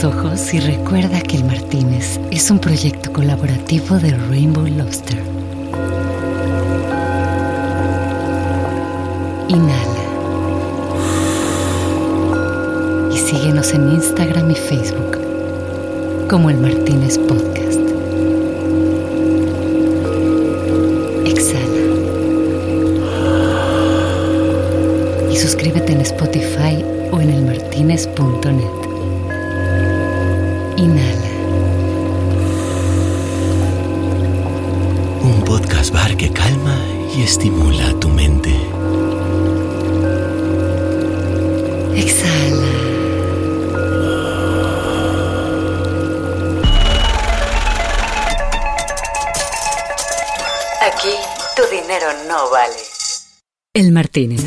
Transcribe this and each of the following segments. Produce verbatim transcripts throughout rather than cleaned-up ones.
los ojos y recuerda que el Martínez es un proyecto colaborativo de Rainbow Lobster. Inhala. Y síguenos en Instagram y Facebook como el Martínez Podcast. Exhala. Y suscríbete en Spotify o en el martínez punto net. Inhala. Un podcast bar que calma y estimula tu mente. Exhala. Aquí tu dinero no vale. El Martínez.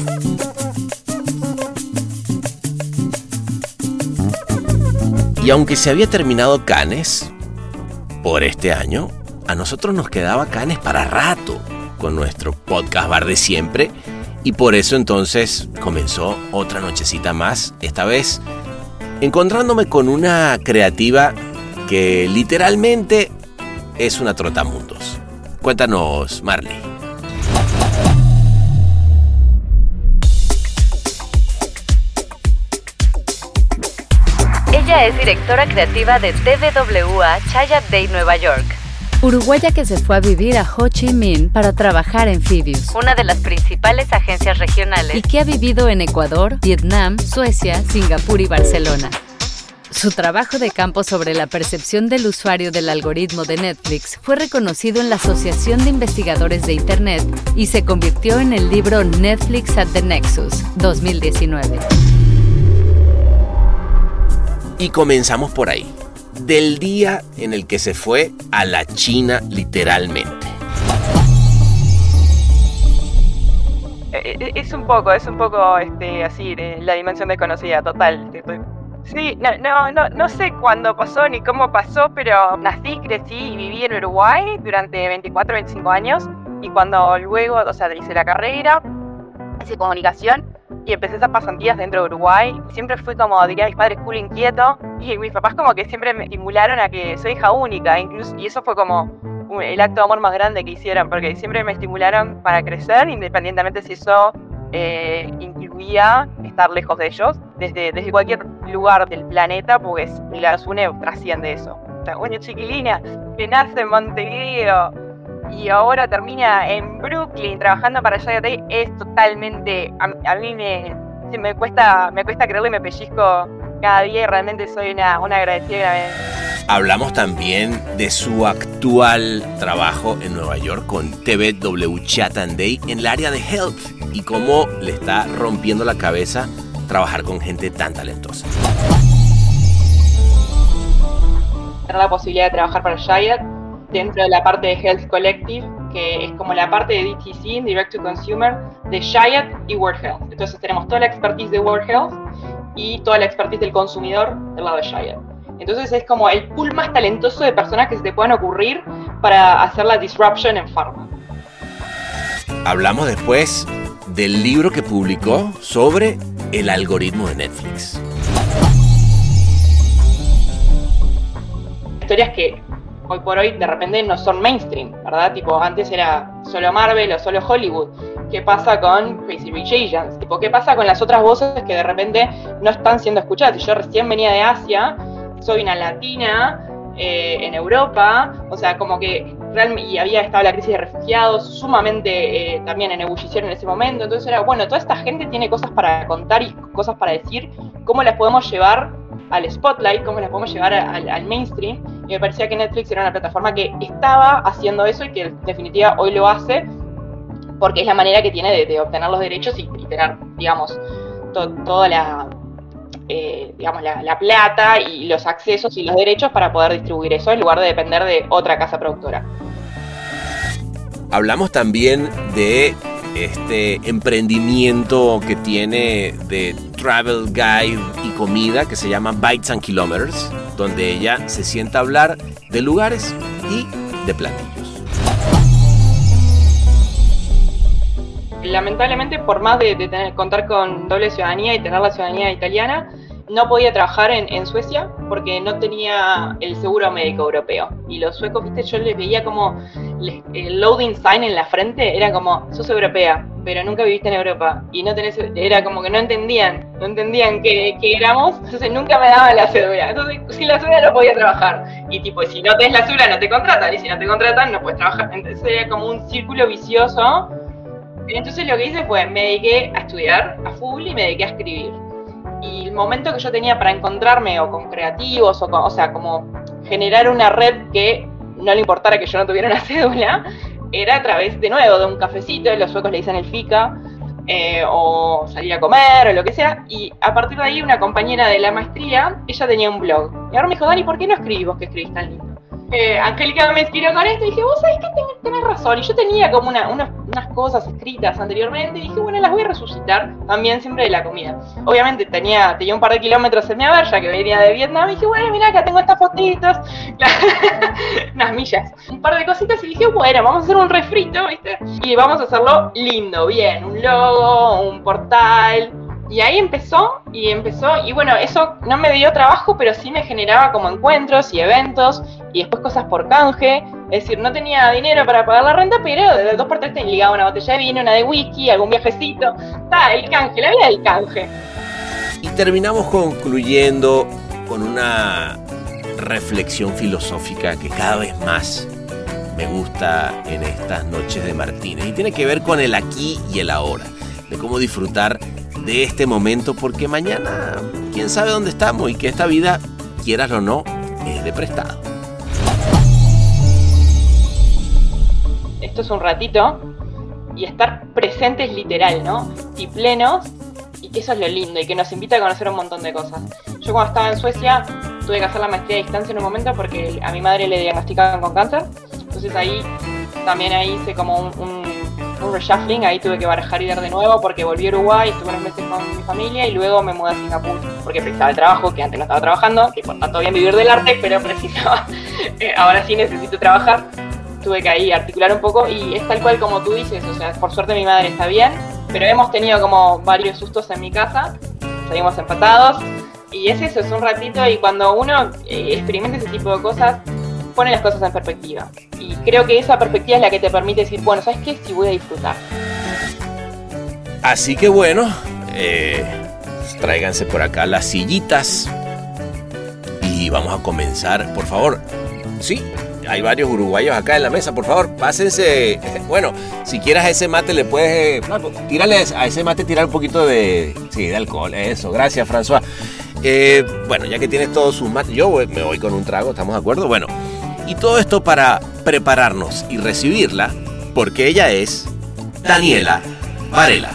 Y aunque se había terminado Cannes por este año, a nosotros nos quedaba Cannes para rato con nuestro podcast bar de siempre. Y por eso entonces comenzó otra nochecita más, esta vez encontrándome con una creativa que literalmente es una trotamundos. Cuéntanos, Marley. Ella es directora creativa de T V W A Chiat Day Nueva York. Uruguaya que se fue a vivir a Ho Chi Minh para trabajar en Phoebus, una de las principales agencias regionales, y que ha vivido en Ecuador, Vietnam, Suecia, Singapur y Barcelona. Su trabajo de campo sobre la percepción del usuario del algoritmo de Netflix fue reconocido en la Asociación de Investigadores de Internet y se convirtió en el libro Netflix at the Nexus dos mil diecinueve. Y comenzamos por ahí, del día en el que se fue a la China literalmente. Es un poco, es un poco este, así, la dimensión desconocida, total. Sí, no, no, no, no sé cuándo pasó ni cómo pasó, pero nací, crecí y viví en Uruguay durante veinticuatro, veinticinco años. Y cuando luego, o sea, hice la carrera, hice comunicación, y empecé esas pasantías dentro de Uruguay. Siempre fui como, diría mis padres, cool, inquieto. Y mis papás como que siempre me estimularon a que soy hija única. Incluso, y eso fue como un, el acto de amor más grande que hicieron. Porque siempre me estimularon para crecer, independientemente si eso eh, incluía estar lejos de ellos. Desde, desde cualquier lugar del planeta, porque si las une, trasciende eso. O sea, una chiquilina que nace en Montevideo y ahora termina en Brooklyn trabajando para Chiat Day, es totalmente, a, a mí me, me cuesta me cuesta creerlo y me pellizco cada día y realmente soy una, una agradecida. Hablamos también de su actual trabajo en Nueva York con T V W Chiat Day en el área de health y cómo le está rompiendo la cabeza trabajar con gente tan talentosa. Tener la posibilidad de trabajar para Chiat dentro de la parte de Health Collective, que es como la parte de D T C, Direct to Consumer, de Chiat y World Health. Entonces tenemos toda la expertise de World Health y toda la expertise del consumidor del lado de Chiat. Entonces es como el pool más talentoso de personas que se te puedan ocurrir para hacer la disruption en pharma. Hablamos después del libro que publicó sobre el algoritmo de Netflix. Historias que hoy por hoy de repente no son mainstream, ¿verdad? Tipo, antes era solo Marvel o solo Hollywood. ¿Qué pasa con Crazy Rich Asians? Tipo, ¿qué pasa con las otras voces que de repente no están siendo escuchadas? Y yo recién venía de Asia, soy una latina eh, en Europa, o sea, como que realmente, y había estado la crisis de refugiados, sumamente eh, también en ebullición en ese momento. Entonces era, bueno, toda esta gente tiene cosas para contar y cosas para decir, ¿cómo las podemos llevar al spotlight, cómo las podemos llevar al, al mainstream? Y me parecía que Netflix era una plataforma que estaba haciendo eso y que en definitiva hoy lo hace porque es la manera que tiene de, de obtener los derechos y, y tener, digamos, to, toda la, eh, digamos la, la plata y los accesos y los derechos para poder distribuir eso en lugar de depender de otra casa productora. Hablamos también de este emprendimiento que tiene de travel guide y comida que se llama Bites and Kilometers, donde ella se sienta a hablar de lugares y de platillos. Lamentablemente, por más de, de tener, contar con doble ciudadanía y tener la ciudadanía italiana, no podía trabajar en, en Suecia porque no tenía el seguro médico europeo. Y los suecos, viste, yo les veía como les, el loading sign en la frente, era como, sos europea, pero nunca viviste en Europa. Y no tenés, era como que no entendían, no entendían qué, qué éramos, entonces nunca me daban la cédula. Entonces, sin la cédula no podía trabajar. Y tipo, si no tenés la cédula no te contratan, y si no te contratan no puedes trabajar. Entonces era como un círculo vicioso. Entonces lo que hice fue, me dediqué a estudiar a full y me dediqué a escribir. Y el momento que yo tenía para encontrarme o con creativos, o, con, o sea, como generar una red que no le importara que yo no tuviera una cédula, era a través, de nuevo, de un cafecito, los suecos le dicen el fika, eh, o salir a comer, o lo que sea. Y a partir de ahí, una compañera de la maestría, ella tenía un blog. Y ahora me dijo, Dani, ¿por qué no escribís vos que escribís tan lindo? Eh, Angélica me inspiró con esto y dije, vos sabés que tenés, tenés razón. Y yo tenía como una, una, unas cosas escritas anteriormente y dije, bueno, las voy a resucitar también siempre de la comida. Obviamente tenía, tenía un par de kilómetros en mi haber, ya que venía de Vietnam, y dije, bueno, mirá, acá tengo estas fotitos, unas millas, un par de cositas, y dije, bueno, vamos a hacer un refrito, ¿viste? Y vamos a hacerlo lindo, bien, un logo, un portal. Y ahí empezó, y empezó, y bueno, eso no me dio trabajo, pero sí me generaba como encuentros y eventos, y después cosas por canje. Es decir, no tenía dinero para pagar la renta, pero de dos por tres te ligaba una botella de vino, una de whisky, algún viajecito. Está, el canje, la vida del canje. Y terminamos concluyendo con una reflexión filosófica que cada vez más me gusta en estas noches de Martínez, y tiene que ver con el aquí y el ahora, de cómo disfrutar de este momento, porque mañana quién sabe dónde estamos, y que esta vida, quieras o no, es de prestado. Esto es un ratito, y estar presentes literal, ¿no? Y plenos, y que eso es lo lindo, y que nos invita a conocer un montón de cosas. Yo cuando estaba en Suecia tuve que hacer la maestría a distancia en un momento porque a mi madre le diagnosticaban con cáncer, entonces ahí también ahí hice como un, un un reshuffling, ahí tuve que barajar y dar de nuevo porque volví a Uruguay, estuve unos meses con mi familia y luego me mudé a Singapur porque precisaba el trabajo, que antes no estaba trabajando, que por tanto bien vivir del arte, pero precisaba, eh, ahora sí necesito trabajar. Tuve que ahí articular un poco y es tal cual como tú dices, o sea, por suerte mi madre está bien, pero hemos tenido como varios sustos en mi casa, seguimos empatados y es eso, es un ratito, y cuando uno eh, experimenta ese tipo de cosas, pone las cosas en perspectiva. Y creo que esa perspectiva es la que te permite decir, bueno, ¿sabes qué? Sí, voy a disfrutar. Así que bueno, eh, tráiganse por acá las sillitas y vamos a comenzar, por favor. Sí, hay varios uruguayos acá en la mesa, por favor, pásense. Bueno, si quieras a ese mate le puedes, tírale a ese mate, tirar un poquito de, sí, de alcohol, eso, gracias, François. Eh, bueno, ya que tienes todos sus mates, yo me voy con un trago, ¿estamos de acuerdo? Bueno, y todo esto para prepararnos y recibirla, porque ella es Daniela Varela.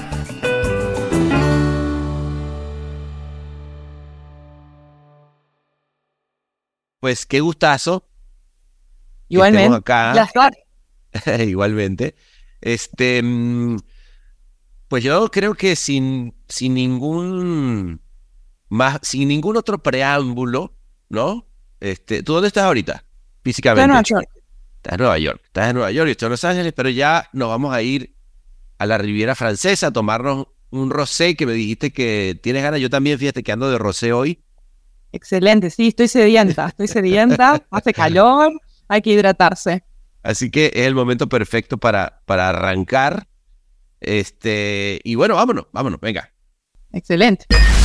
Pues qué gustazo. Igualmente. Acá. Igualmente. Este, pues yo creo que sin, sin ningún más, sin ningún otro preámbulo, ¿no? Este, ¿tú dónde estás ahorita? Físicamente. Está en Nueva York. Estás en Nueva York. Estás en Nueva York y estoy en Los Ángeles, pero ya nos vamos a ir a la Riviera Francesa a tomarnos un rosé que me dijiste que tienes ganas. Yo también, fíjate que ando de rosé hoy. Excelente, sí, estoy sedienta, estoy sedienta, hace calor, hay que hidratarse. Así que es el momento perfecto para, para arrancar. Este, y bueno, vámonos, vámonos, venga. Excelente.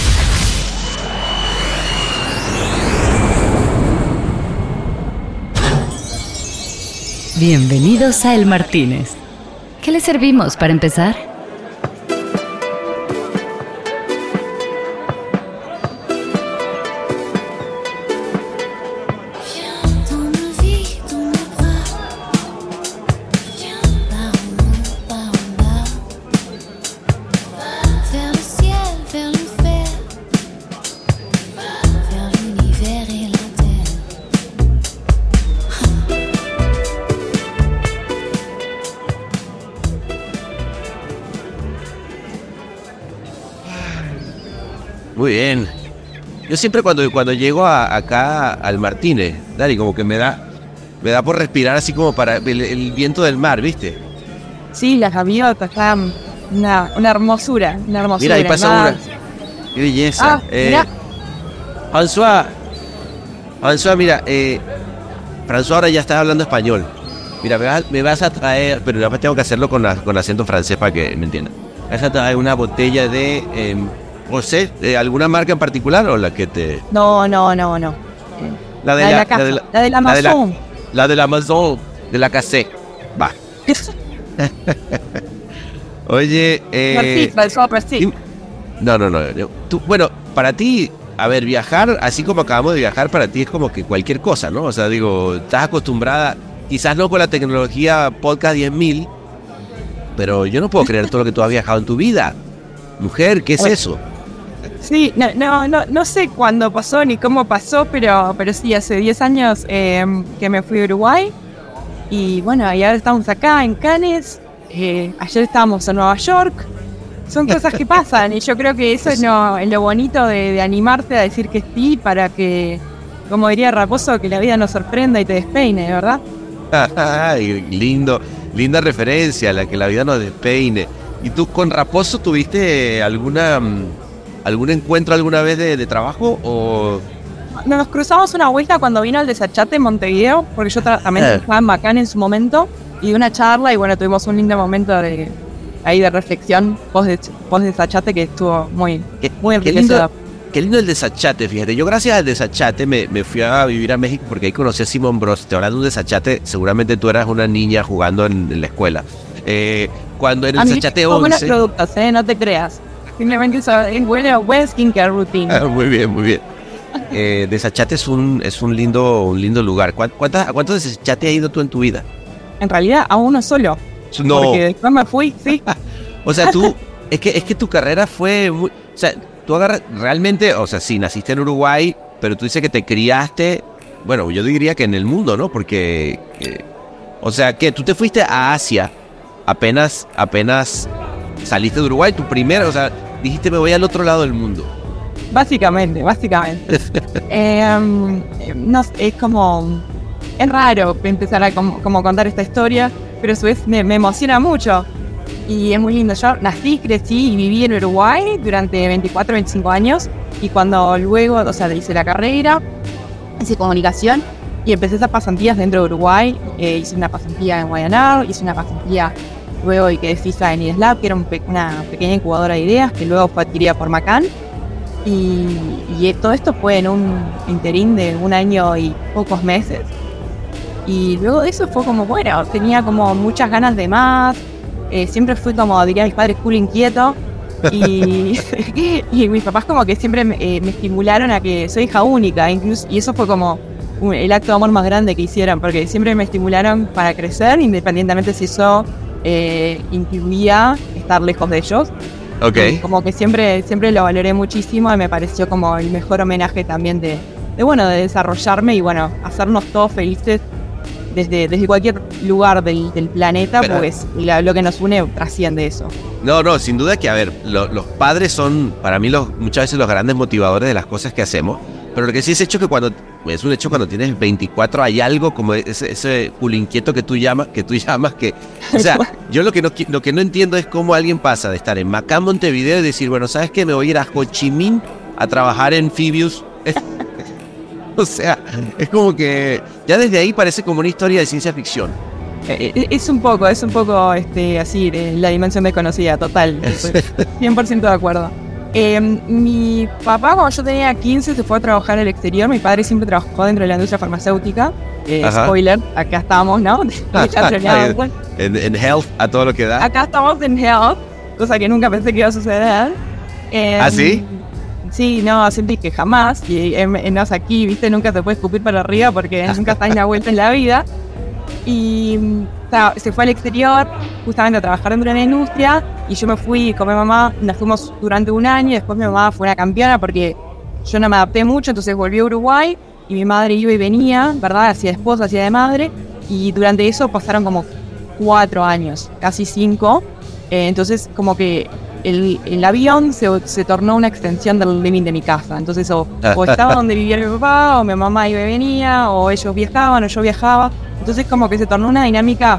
Bienvenidos a El Martínez. ¿Qué le servimos para empezar? Muy bien. Yo siempre cuando, cuando llego a, acá al Martínez, Dani, como que me da, me da por respirar así como para el, el viento del mar, ¿viste? Sí, las gaviotas están una, una hermosura, una hermosura. Mira, ahí pasa una. Qué belleza. Ah, eh, mirá. François, François, mira, eh, François ahora ya está hablando español. Mira, me vas, me vas a traer, pero después tengo que hacerlo con, la, con acento francés para que me entiendan. ¿Me vas a traer una botella de eh, rosé, de alguna marca en particular o la que te...? No, no, no, no. La de la, la, de la casa, la, de la, la de la la de la- Amazon. La de la Amazon, de la Cassé. Va. Oye, eh... Merci, François, merci. y- No, no, no. yo- tú- bueno, para ti, a ver, viajar, así como acabamos de viajar, para ti es como que cualquier cosa, ¿no? O sea, digo, estás acostumbrada, quizás no con la tecnología Podcast diez mil, pero yo no puedo creer todo lo que tú has viajado en tu vida. Mujer, ¿qué es Oye. eso? Sí, no, no, no, no sé cuándo pasó ni cómo pasó, pero, pero sí, hace diez años eh, que me fui a Uruguay. Y bueno, y ahora estamos acá en Cannes. Eh, ayer estábamos en Nueva York. Son cosas que pasan y yo creo que eso es lo, es lo bonito de, de animarte a decir que sí para que, como diría Raposo, que la vida nos sorprenda y te despeine, ¿verdad? Ay, lindo, linda referencia, la que la vida nos despeine. ¿Y tú con Raposo tuviste alguna mm, algún encuentro alguna vez de, de trabajo o...? Nos cruzamos una vuelta cuando vino al Desachate en Montevideo, porque yo tra- también Eh. trabajaba en Bacán en su momento, y de una charla, y bueno, tuvimos un lindo momento de ahí de reflexión post, de, post Desachate que estuvo muy, Qué, muy qué enriquecedor. lindo, qué lindo el desachate, fíjate. Yo gracias al desachate me, me fui a vivir a México porque ahí conocí a Simón Bros. Te hablando de un desachate, seguramente tú eras una niña jugando en, en la escuela. Eh, cuando en el A mí desachate son buenos once... productos, ¿eh? No te creas. Simplemente eso es bueno, buen skincare routine. Ah, muy bien, muy bien. Eh, Desachate es un es un lindo un lindo lugar. ¿Cuán- ¿Cuántas, ¿A cuántos Desachate has ido tú en tu vida? En realidad, a uno solo. No, Porque después me fui, sí. o sea, tú es que es que tu carrera fue muy, o sea, tú agarras realmente, o sea, sí, naciste en Uruguay, pero tú dices que te criaste, bueno, yo diría que en el mundo, ¿no? Porque, eh, o sea, que tú te fuiste a Asia apenas apenas saliste de Uruguay, tu primera, o sea, dijiste me voy al otro lado del mundo. Básicamente, básicamente. Eh, um, no sé, es como... Es raro empezar a como, como contar esta historia, pero a su vez me, me emociona mucho. Y es muy lindo. Yo nací, crecí y viví en Uruguay durante veinticuatro, veinticinco años. Y cuando luego, o sea, hice la carrera, hice comunicación y empecé esas pasantías dentro de Uruguay. Eh, hice una pasantía en Guayanar, hice una pasantía luego y quedé fija en IDESLAB, que era un pe- una pequeña incubadora de ideas que luego fue adquirida por Macan. Y, y todo esto fue en un interín de un año y pocos meses. Y luego de eso fue como, bueno, tenía como muchas ganas de más. Eh, siempre fui como, diría mis padres, cool inquieto. Y, y mis papás como que siempre me, eh, me estimularon a que soy hija única. Incluso, y eso fue como un- el acto de amor más grande que hicieron, porque siempre me estimularon para crecer, independientemente si eso eh, incluía estar lejos de ellos. Ok. Y como que siempre, siempre lo valoré muchísimo y me pareció como el mejor homenaje también de, de bueno, de desarrollarme y bueno, hacernos todos felices desde, desde cualquier lugar del, del planeta, Pero- pues la- lo que nos une trasciende eso. No, no, sin duda que, a ver, lo- los padres son, para mí, los, muchas veces los grandes motivadores de las cosas que hacemos. Pero lo que sí es hecho que cuando, es un hecho cuando tienes veinticuatro, hay algo como ese, ese culo inquieto que tú llamas, que tú llamas que, o sea, yo lo que no qui- lo que no entiendo es cómo alguien pasa de estar en Macán, Montevideo y decir, bueno, ¿sabes qué? Me voy a ir a Ho Chi Minh a trabajar en Phoebius. O sea, es como que ya desde ahí parece como una historia de ciencia ficción. Eh, eh, Es un poco, es un poco este, así, eh, la dimensión desconocida, total. Estoy cien por ciento de acuerdo. Eh, mi papá, cuando yo tenía quince, se fue a trabajar al exterior. Mi padre siempre trabajó dentro de la industria farmacéutica. Eh, Ajá. spoiler, acá estamos, ¿no? Ya troleamos. En, en health, a todo lo que da. Acá estamos en Health, cosa que nunca pensé que iba a suceder. Eh, ¿Ah, sí? Sí, no, sentí que jamás. Y en, en nos aquí, viste, nunca se puede escupir para arriba porque nunca está en la vuelta en la vida. Y o sea, se fue al exterior justamente a trabajar dentro de la industria. Y yo me fui con mi mamá, nos fuimos durante un año. Y después mi mamá fue una campeona porque yo no me adapté mucho. Entonces volví a Uruguay y mi madre iba y venía, ¿verdad? Hacía de esposa, hacía de madre. Y durante eso pasaron como cuatro años, casi cinco. Eh, entonces como que el, el avión se, se tornó una extensión del living de mi casa. Entonces o, o estaba donde vivía mi papá, o mi mamá iba y venía, o ellos viajaban, o yo viajaba. Entonces como que se tornó una dinámica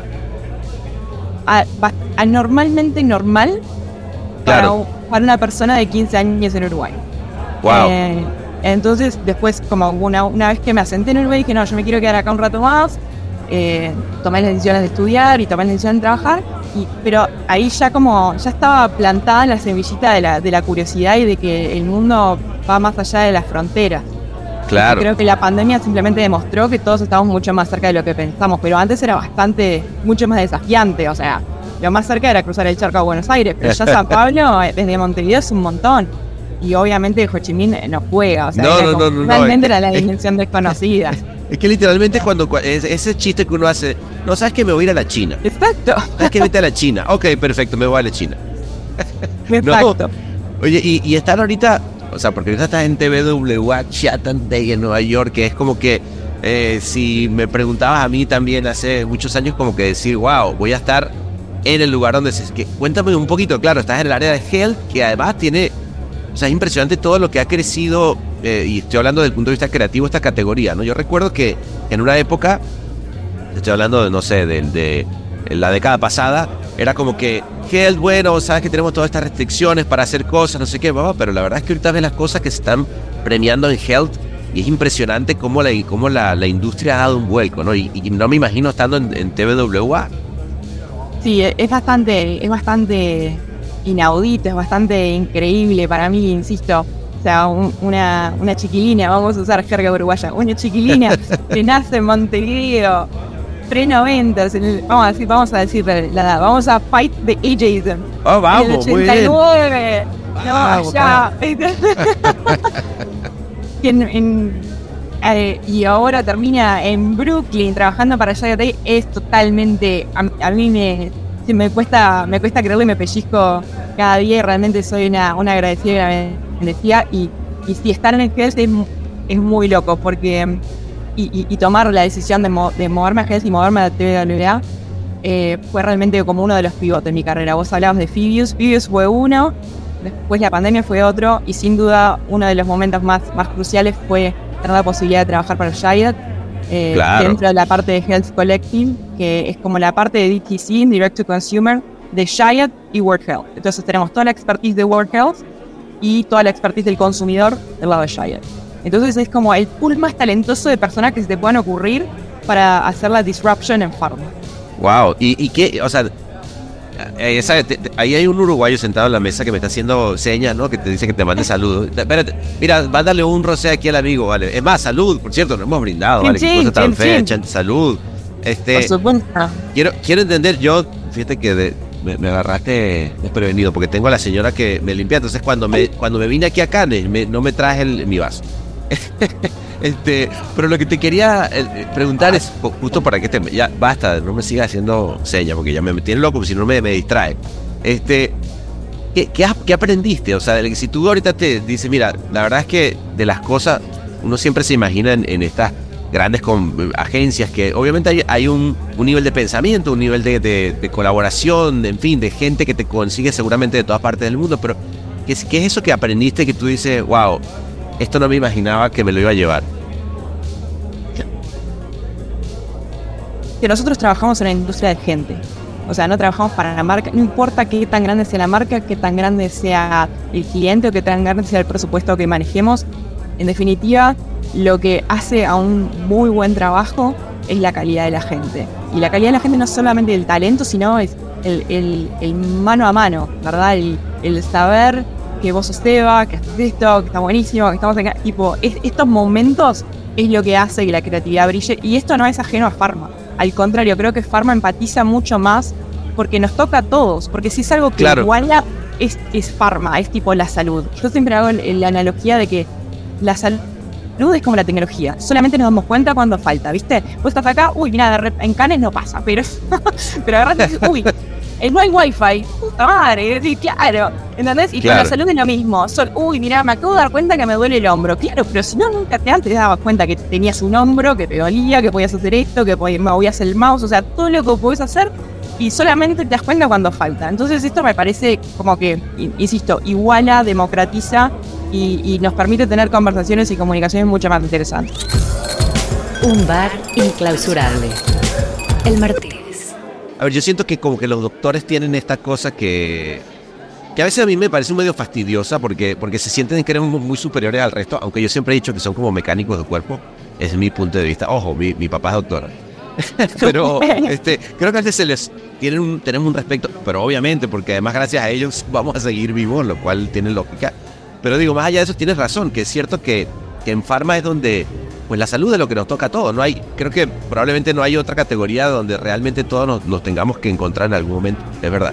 a- ba- anormalmente normal para, Claro. u- para una persona de quince años en Uruguay. Wow. Eh, Entonces, después, como una, una vez que me asenté en Uruguay, dije, no, yo me quiero quedar acá un rato más. Eh, tomé las decisiones de estudiar y tomé la decisión de trabajar. Y, pero ahí ya como, ya estaba plantada la semillita de la, de la curiosidad y de que el mundo va más allá de las fronteras. Claro. Creo que la pandemia simplemente demostró que todos estamos mucho más cerca de lo que pensamos, pero antes era bastante, mucho más desafiante, o sea, lo más cerca era cruzar el charco a Buenos Aires, pero ya San Pablo, desde Montevideo, es un montón. Y obviamente Ho Chi Minh no juega, o sea, no, era no, como, no, no, realmente no, era la es, dimensión desconocida. Es que literalmente cuando ese chiste que uno hace, no, sabes que me voy a ir a la China. Exacto. Sabes que vete a la China. Ok, perfecto, me voy a la China. Exacto. No. Oye, y, y estar ahorita, o sea, porque ahorita estás en T V W A Chatham Day en Nueva York, que es como que eh, si me preguntabas a mí también hace muchos años, como que decir, wow, voy a estar en el lugar donde se... Que, cuéntame un poquito, claro, estás en el área de health, que además tiene... O sea, es impresionante todo lo que ha crecido, eh, y estoy hablando desde el punto de vista creativo, esta categoría, ¿no? Yo recuerdo que en una época, estoy hablando de, no sé, de, de, de la década pasada, era como que, health, bueno, sabes que tenemos todas estas restricciones para hacer cosas, no sé qué, mamá, pero la verdad es que ahorita ves las cosas que se están premiando en health y es impresionante cómo la, cómo la, la industria ha dado un vuelco, ¿no? Y, y no me imagino estando en, en T V W A. Sí, es bastante, es bastante... inaudito, es bastante increíble para mí, insisto. O sea, un, una, una chiquilina, vamos a usar jerga uruguaya, una chiquilina que nace en Montevideo, pre-noventas, vamos a decir, vamos a decir la edad, vamos a fight the ageism. Oh, vamos, en el ochenta y nueve, muy bien. No, vamos, ya. en, en, eh, y ahora termina en Brooklyn trabajando para Giant Day. Es totalmente, a, a mí me... Sí, me cuesta, me cuesta creerlo y me pellizco cada día y realmente soy una, una agradecida y una bendecida. Y, y si estar en el Health es, es muy loco porque y, y, y tomar la decisión de, mo, de moverme a Health y moverme a T V W A eh, fue realmente como uno de los pivotes en mi carrera. Vos hablabas de Phoebus, Phoebus fue uno, después la pandemia fue otro y sin duda uno de los momentos más, más cruciales fue tener la posibilidad de trabajar para Giant. Eh, claro. Dentro de la parte de Health Collecting, que es como la parte de D T C, Direct to Consumer, de Giant y World Health. Entonces tenemos toda la expertise de World Health y toda la expertise del consumidor del lado de Giant. Entonces es como el pool más talentoso de personas que se te puedan ocurrir para hacer la disruption en pharma. Wow, y, y qué, o sea, esa, te, te, ahí hay un uruguayo sentado en la mesa que me está haciendo señas, ¿no? Que te dice que te mande saludos. Espérate, mira, mándale un rosé aquí al amigo, ¿vale? Es más, salud, por cierto, nos hemos brindado, ¿vale? Qué cosa tan fea, salud. Este, por supuesto. Quiero, quiero entender, yo, fíjate que de, me, me agarraste desprevenido, porque tengo a la señora que me limpia, entonces cuando me, cuando me vine aquí a Cannes, me, no me traje el, mi vaso. Este, pero lo que te quería eh, preguntar es justo para que te ya basta, no me sigas haciendo señas porque ya me tiene loco, si no me, me distrae. Este, ¿qué, qué, ¿qué aprendiste? O sea, si tú ahorita te dices, mira, la verdad es que de las cosas uno siempre se imagina en, en estas grandes con, agencias que obviamente hay, hay un, un nivel de pensamiento, un nivel de, de, de colaboración, de, en fin, de gente que te consigue seguramente de todas partes del mundo, pero ¿qué es, qué es eso que aprendiste que tú dices, wow, esto no me imaginaba que me lo iba a llevar? Que nosotros trabajamos en la industria de gente. O sea, no trabajamos para la marca. No importa qué tan grande sea la marca, qué tan grande sea el cliente o qué tan grande sea el presupuesto que manejemos. En definitiva, lo que hace a un muy buen trabajo es la calidad de la gente. Y la calidad de la gente no es solamente el talento, sino es el, el, el mano a mano, ¿verdad? El, el saber que vos sos Eva, que haces esto, que está buenísimo, que estamos acá. Tipo, es, estos momentos es lo que hace que la creatividad brille. Y esto no es ajeno a Pharma. Al contrario, creo que Pharma empatiza mucho más porque nos toca a todos. Porque si es algo que claro. iguala, es, es Pharma, es tipo la salud. Yo siempre hago la analogía de que la salud es como la tecnología. Solamente nos damos cuenta cuando falta, ¿viste? Vos estás acá, uy, mira, en Cannes no pasa, pero, pero agarrate y dices, uy, no hay wifi, puta madre, sí, claro, ¿entendés? Y claro. con la salud es lo mismo. Son, uy, mira, me acabo de dar cuenta que me duele el hombro. Claro, pero si no, nunca te antes te dabas cuenta que tenías un hombro, que te dolía, que podías hacer esto, que movías el mouse, o sea, todo lo que podés hacer y solamente te das cuenta cuando falta. Entonces esto me parece como que, insisto, iguala, democratiza y, y nos permite tener conversaciones y comunicaciones mucho más interesantes. Un bar inclausurable. El Martínez. A ver, yo siento que como que los doctores tienen esta cosa que que a veces a mí me parece un medio fastidiosa porque, porque se sienten que eran muy superiores al resto, aunque yo siempre he dicho que son como mecánicos de cuerpo. Ese es mi punto de vista. Ojo, mi, mi papá es doctora. Pero este, creo que a veces se les tienen un, tenemos un respeto, pero obviamente porque además gracias a ellos vamos a seguir vivos, lo cual tiene lógica. Pero digo, más allá de eso tienes razón, que es cierto que, que en Pharma es donde pues la salud es lo que nos toca a todos. No hay, creo que probablemente no hay otra categoría donde realmente todos nos, nos tengamos que encontrar en algún momento, es verdad.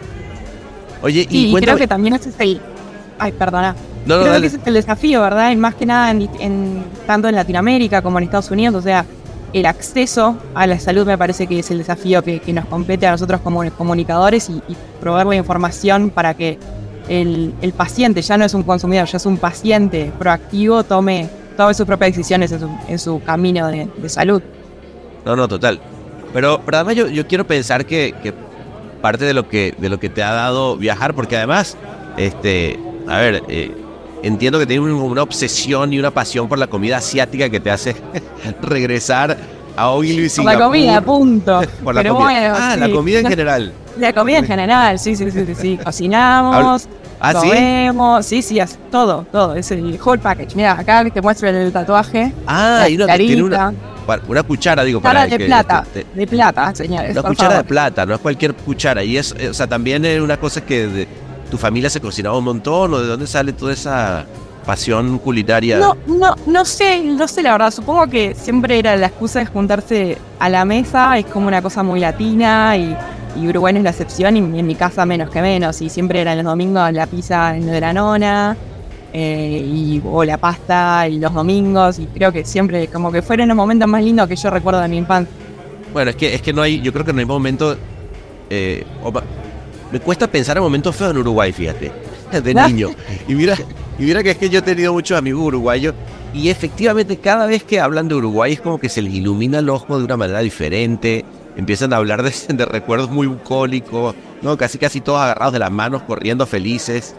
Oye, y sí, cuéntame... creo que también ese es el... Ay, perdona. No, no, creo dale. que ese es el desafío, ¿verdad? Y más que nada, en, en, tanto en Latinoamérica como en Estados Unidos, o sea, el acceso a la salud me parece que es el desafío que, que nos compete a nosotros como comunicadores y, y proveer la información para que el, el paciente, ya no es un consumidor, ya es un paciente proactivo, tome, tome sus propias decisiones en su, en su camino de, de salud. No, no, total. Pero, pero además yo, yo quiero pensar que, que parte de lo que de lo que te ha dado viajar, porque además, este, a ver, eh, entiendo que tienes una obsesión y una pasión por la comida asiática que te hace regresar a Ogilvy, Por Singapur. la comida, punto. Por la Pero comida. bueno, ah, sí. la comida en general. La comida en general, sí, sí, sí, sí, sí. Cocinamos, ¿Ah, sí? comemos, sí, sí, es todo, todo, es el whole package. Mira, acá te muestro el tatuaje. Ah, la y una, carita. tiene una, una cuchara, digo, Cuchara para de que, plata, te- te- de plata, señores. Una por cuchara favor. de plata, no es cualquier cuchara. Y es, o sea, también es una cosa que de, tu familia se cocinaba un montón, o de dónde sale toda esa pasión culinaria. No, no, no sé, no sé la verdad. Supongo que siempre era la excusa de juntarse a la mesa. Es como una cosa muy latina y, y Uruguay no es la excepción. Y en mi casa menos que menos. Y siempre eran los domingos la pizza en lo de la nona. Eh, y, o la pasta y los domingos. Y creo que siempre como que fueron los momentos más lindos que yo recuerdo de mi infancia. Bueno, es que, es que no hay, yo creo que no hay momento. Eh, o pa- me cuesta pensar en momentos feos en Uruguay, fíjate, de niño. Y mira, y mira que es que yo he tenido muchos amigos uruguayos. Y efectivamente, cada vez que hablan de Uruguay es como que se les ilumina el ojo de una manera diferente. Empiezan a hablar de, de recuerdos muy bucólicos, ¿no? Casi casi todos agarrados de las manos, corriendo felices.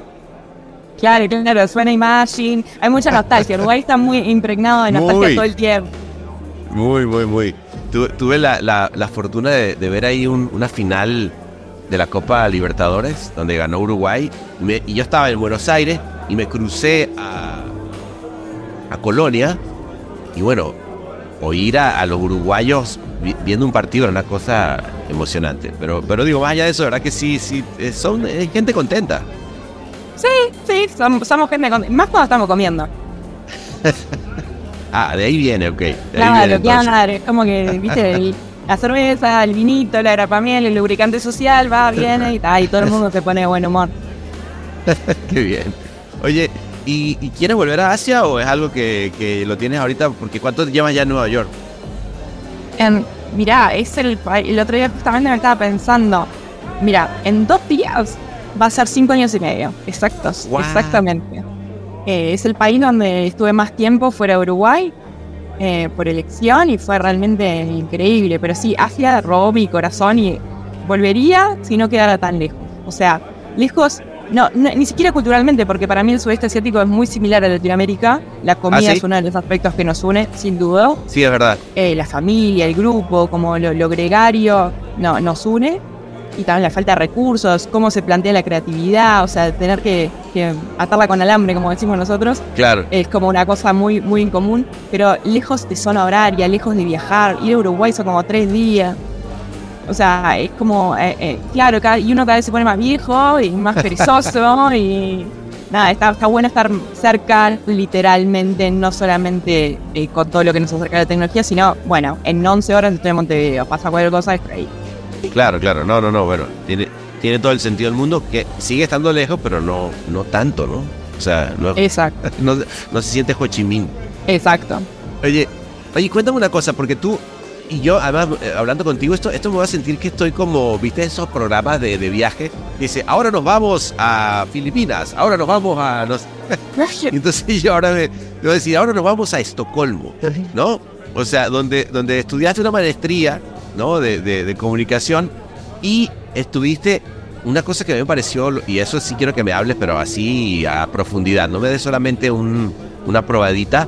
Claro, claro, suena Imagine. Hay mucha nostalgia. Uruguay está muy impregnado de nostalgia Muy. todo el tiempo. Muy, muy, muy. Tu, tuve la, la, la fortuna de, de ver ahí un, una final de la Copa Libertadores, donde ganó Uruguay. Y, me, y yo estaba en Buenos Aires y me crucé a, a Colonia. Y bueno, oír a, a los uruguayos vi, viendo un partido era una cosa emocionante. Pero, pero digo, más allá de eso, la verdad que sí, sí, eh, son eh, gente contenta. Sí, sí, somos, somos gente con... Más cuando estamos comiendo. Ah, de ahí viene, ok. De ahí Claro, viene, entonces. claro, es como que, viste, el- la cerveza, el vinito, la grapamiel, el lubricante social, va, viene y, ta, y todo el mundo se pone de buen humor. Qué bien. Oye, ¿y, y quieres volver a Asia o es algo que, que lo tienes ahorita? Porque ¿cuánto llevas ya en Nueva York? En, mirá, es el, pa- el otro día justamente me estaba pensando, mirá, en dos días va a ser cinco años y medio, exactos, Wow. exactamente. Eh, es el país donde estuve más tiempo fuera de Uruguay, eh, por elección, y fue realmente increíble. Pero sí, Asia robó mi corazón y volvería si no quedara tan lejos. O sea, lejos, no, no, ni siquiera culturalmente, porque para mí el sudeste asiático es muy similar a Latinoamérica. La comida ¿Ah, sí? es uno de los aspectos que nos une, sin duda. Sí, es verdad. Eh, la familia, el grupo, como lo, lo gregario, no, nos une. Y también la falta de recursos, cómo se plantea la creatividad, o sea, tener que, que atarla con alambre, como decimos nosotros, Claro. es como una cosa muy, muy incomún. Pero lejos de zona horaria, lejos de viajar, ir a Uruguay son como tres días. O sea, es como, eh, eh, claro, cada, y uno cada vez se pone más viejo y más perezoso y nada, está, está bueno estar cerca, literalmente, no solamente eh, con todo lo que nos acerca a la tecnología, sino, bueno, en once horas estoy en Montevideo, pasa cualquier cosa, estoy ahí. Claro, claro. No, no, no. Bueno, tiene, tiene todo el sentido del mundo, que sigue estando lejos, pero no, no tanto, ¿no? O sea, no, Exacto, no, no se siente Ho Chi Minh. exacto. Oye, oye, cuéntame una cosa, porque tú y yo, además, eh, hablando contigo, esto, esto me va a sentir que estoy como, ¿viste esos programas de, de viaje? Dice, ahora nos vamos a Filipinas, ahora nos vamos a... Nos... Y entonces yo ahora me, me voy a decir, ahora nos vamos a Estocolmo, ¿no? O sea, donde, donde estudiaste una maestría, ¿no? De, de, de comunicación, y estuviste una cosa que a mí me pareció, y eso sí quiero que me hables, pero así a profundidad, no me des solamente un, una probadita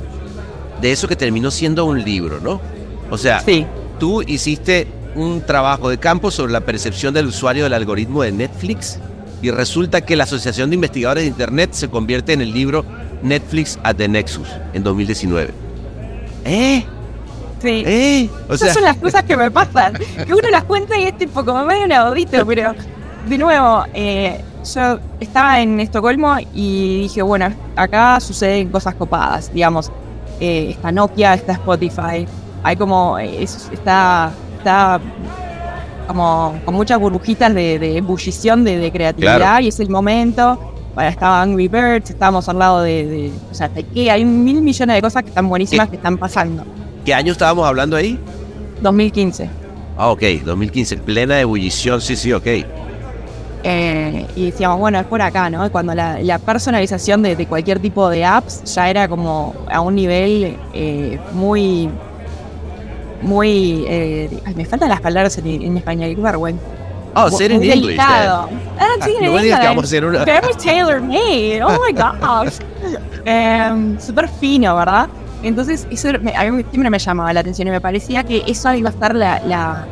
de eso que terminó siendo un libro, ¿no? O sea, Sí, tú hiciste un trabajo de campo sobre la percepción del usuario del algoritmo de Netflix, y resulta que la Asociación de Investigadores de Internet se convierte en el libro Netflix at the Nexus en dos mil diecinueve. ¿Eh? Sí. ¿Eh? O sea... Esas son las cosas que me pasan. Que uno las cuenta y es tipo como medio inaudito, pero de nuevo, eh, yo estaba en Estocolmo y dije, bueno, acá suceden cosas copadas, digamos. Eh, está Nokia, está Spotify, hay como, es, está, está como con muchas burbujitas de, de ebullición de, de creatividad, claro. Y es el momento. Bueno, estaba Angry Birds, estábamos al lado de, de o sea, de que hay mil millones de cosas que están buenísimas, ¿Qué? que están pasando. ¿Qué año estábamos hablando ahí? dos mil quince. Ah, ok, dos mil quince, plena ebullición, sí, sí, ok. Eh, y decíamos, bueno, es por acá, ¿no? Cuando la, la personalización de, de cualquier tipo de apps ya era como a un nivel eh, muy, muy, eh, ay, me faltan las palabras en, en español, qué vergüenza. Oh, say it in English. Ah, sí, en inglés. Que vamos a hacer una... Very tailor-made, oh my gosh. eh, Súper fino, ¿verdad? Entonces, eso me, a mí siempre me llamaba la atención y me parecía que eso iba a estar la... la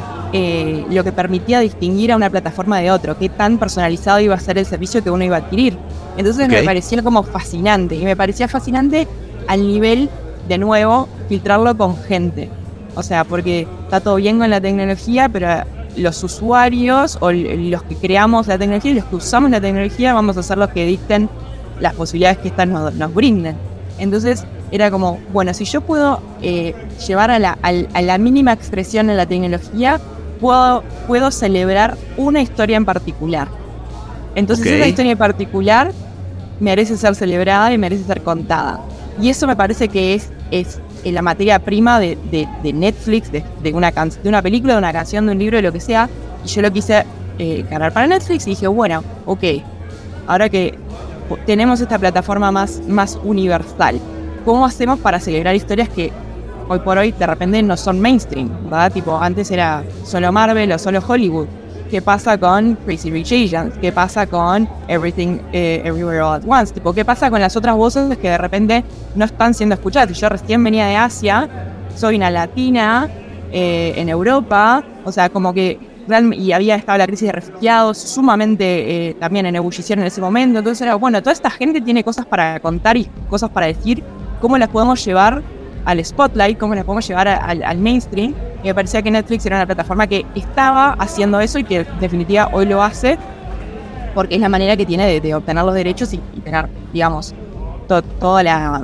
Eh, lo que permitía distinguir a una plataforma de otro, qué tan personalizado iba a ser el servicio que uno iba a adquirir. Entonces okay. me parecía como fascinante, y me parecía fascinante al nivel, de nuevo, filtrarlo con gente. O sea, porque está todo bien con la tecnología, pero los usuarios o los que creamos la tecnología y los que usamos la tecnología vamos a ser los que dicten las posibilidades que estas nos, nos brinden. Entonces era como, bueno, si yo puedo eh, llevar a la, a, a la mínima expresión en la tecnología, Puedo, puedo celebrar una historia en particular. Entonces okay. esa historia en particular merece ser celebrada y merece ser contada. Y eso me parece que es, es la materia prima de, de, de Netflix, de, de, una can- de una película, de una canción, de un libro, de lo que sea. Y yo lo quise eh, cargar para Netflix y dije, bueno, ok, ahora que tenemos esta plataforma más, más universal, ¿cómo hacemos para celebrar historias que hoy por hoy de repente no son mainstream, ¿verdad? Tipo, antes era solo Marvel o solo Hollywood. ¿Qué pasa con Crazy Rich Asians? ¿Qué pasa con Everything eh, Everywhere All at Once? Tipo, ¿qué pasa con las otras voces que de repente no están siendo escuchadas? Yo recién venía de Asia, soy una latina eh, en Europa, o sea, como que y había estado la crisis de refugiados sumamente eh, también en ebullición en ese momento. Entonces era, bueno, toda esta gente tiene cosas para contar y cosas para decir, ¿cómo las podemos llevar al spotlight, cómo las podemos llevar a, al, al mainstream? Y me parecía que Netflix era una plataforma que estaba haciendo eso y que en definitiva hoy lo hace porque es la manera que tiene de, de obtener los derechos y, y tener, digamos, to, toda la,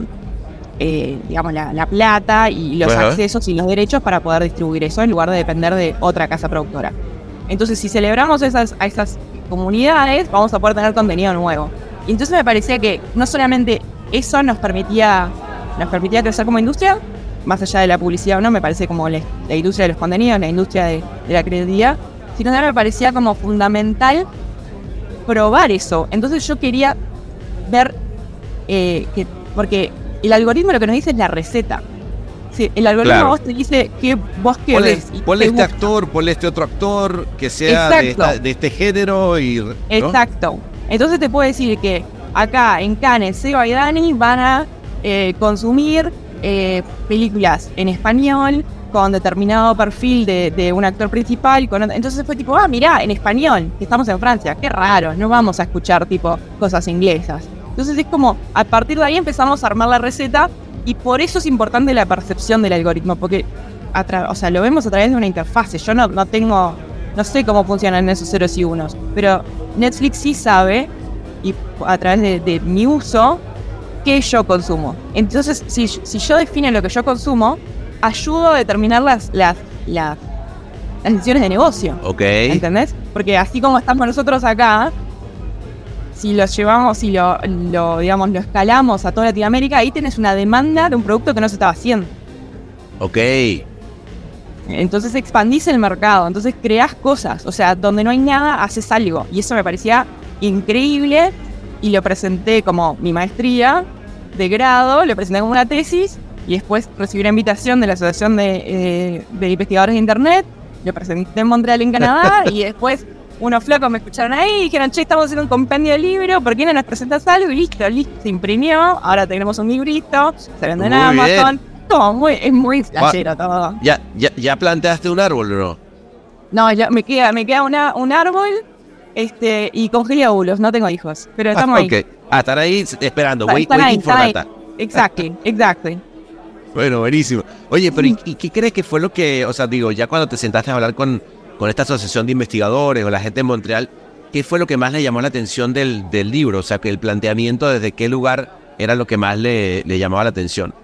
eh, digamos, la, la plata y los uh-huh. accesos y los derechos para poder distribuir eso en lugar de depender de otra casa productora. Entonces, si celebramos esas, a esas comunidades, vamos a poder tener contenido nuevo. Y entonces me parecía que no solamente eso nos permitía nos permitía crecer como industria, más allá de la publicidad o no, me parece como la, la industria de los contenidos, la industria de, de la creatividad, sino también me parecía como fundamental probar eso. Entonces yo quería ver, eh, que, porque el algoritmo lo que nos dice es la receta. Sí, el algoritmo claro. vos te dice que vos qué ponle, ves. Ponle este gusta. actor, ponle este otro actor, que sea de, esta, de este género. Y, ¿no? Exacto. Entonces te puedo decir que acá en Cannes, Seba y Dani van a Eh, consumir eh, películas en español con determinado perfil de, de un actor principal. Con, entonces fue tipo, ah, mirá, en español, que estamos en Francia, qué raro, no vamos a escuchar tipo cosas inglesas. Entonces es como, a partir de ahí empezamos a armar la receta y por eso es importante la percepción del algoritmo, porque a tra- o sea, lo vemos a través de una interfase. Yo no, no tengo, no sé cómo funcionan esos ceros y unos, pero Netflix sí sabe, y a través de, de mi uso, que yo consumo. Entonces, si, si yo defino lo que yo consumo, ayudo a determinar las, las, las, las decisiones de negocio. Ok. ¿Entendés? Porque así como estamos nosotros acá, si lo llevamos, si lo, lo, digamos, lo escalamos a toda Latinoamérica, ahí tenés una demanda de un producto que no se estaba haciendo. Ok. Entonces expandís el mercado, entonces creás cosas. O sea, donde no hay nada, haces algo. Y eso me parecía increíble. Y lo presenté como mi maestría de grado, lo presenté como una tesis y después recibí una invitación de la Asociación de, eh, de Investigadores de Internet, lo presenté en Montreal, en Canadá, y después unos flacos me escucharon ahí y dijeron, che, estamos haciendo un compendio de libro, ¿por qué no nos presentas algo? Y listo, listo, se imprimió, ahora tenemos un librito, se vende en Amazon, todo muy, es muy flashero todo. ¿Ya, ya, ¿Ya planteaste un árbol o no? No, ya me queda, me queda una, un árbol Este, y congelio óvulos, no tengo hijos, pero estamos ah, okay. ahí. Ah, estar ahí esperando, wait, están waiting ahí, for ahí. data. Exactly, exactly. Bueno, buenísimo. Oye, pero ¿y, ¿y qué crees que fue lo que, o sea, digo, ya cuando te sentaste a hablar con, con esta asociación de investigadores o la gente en Montreal, qué fue lo que más le llamó la atención del, del libro? O sea, que el planteamiento desde qué lugar era lo que más le, le llamaba la atención.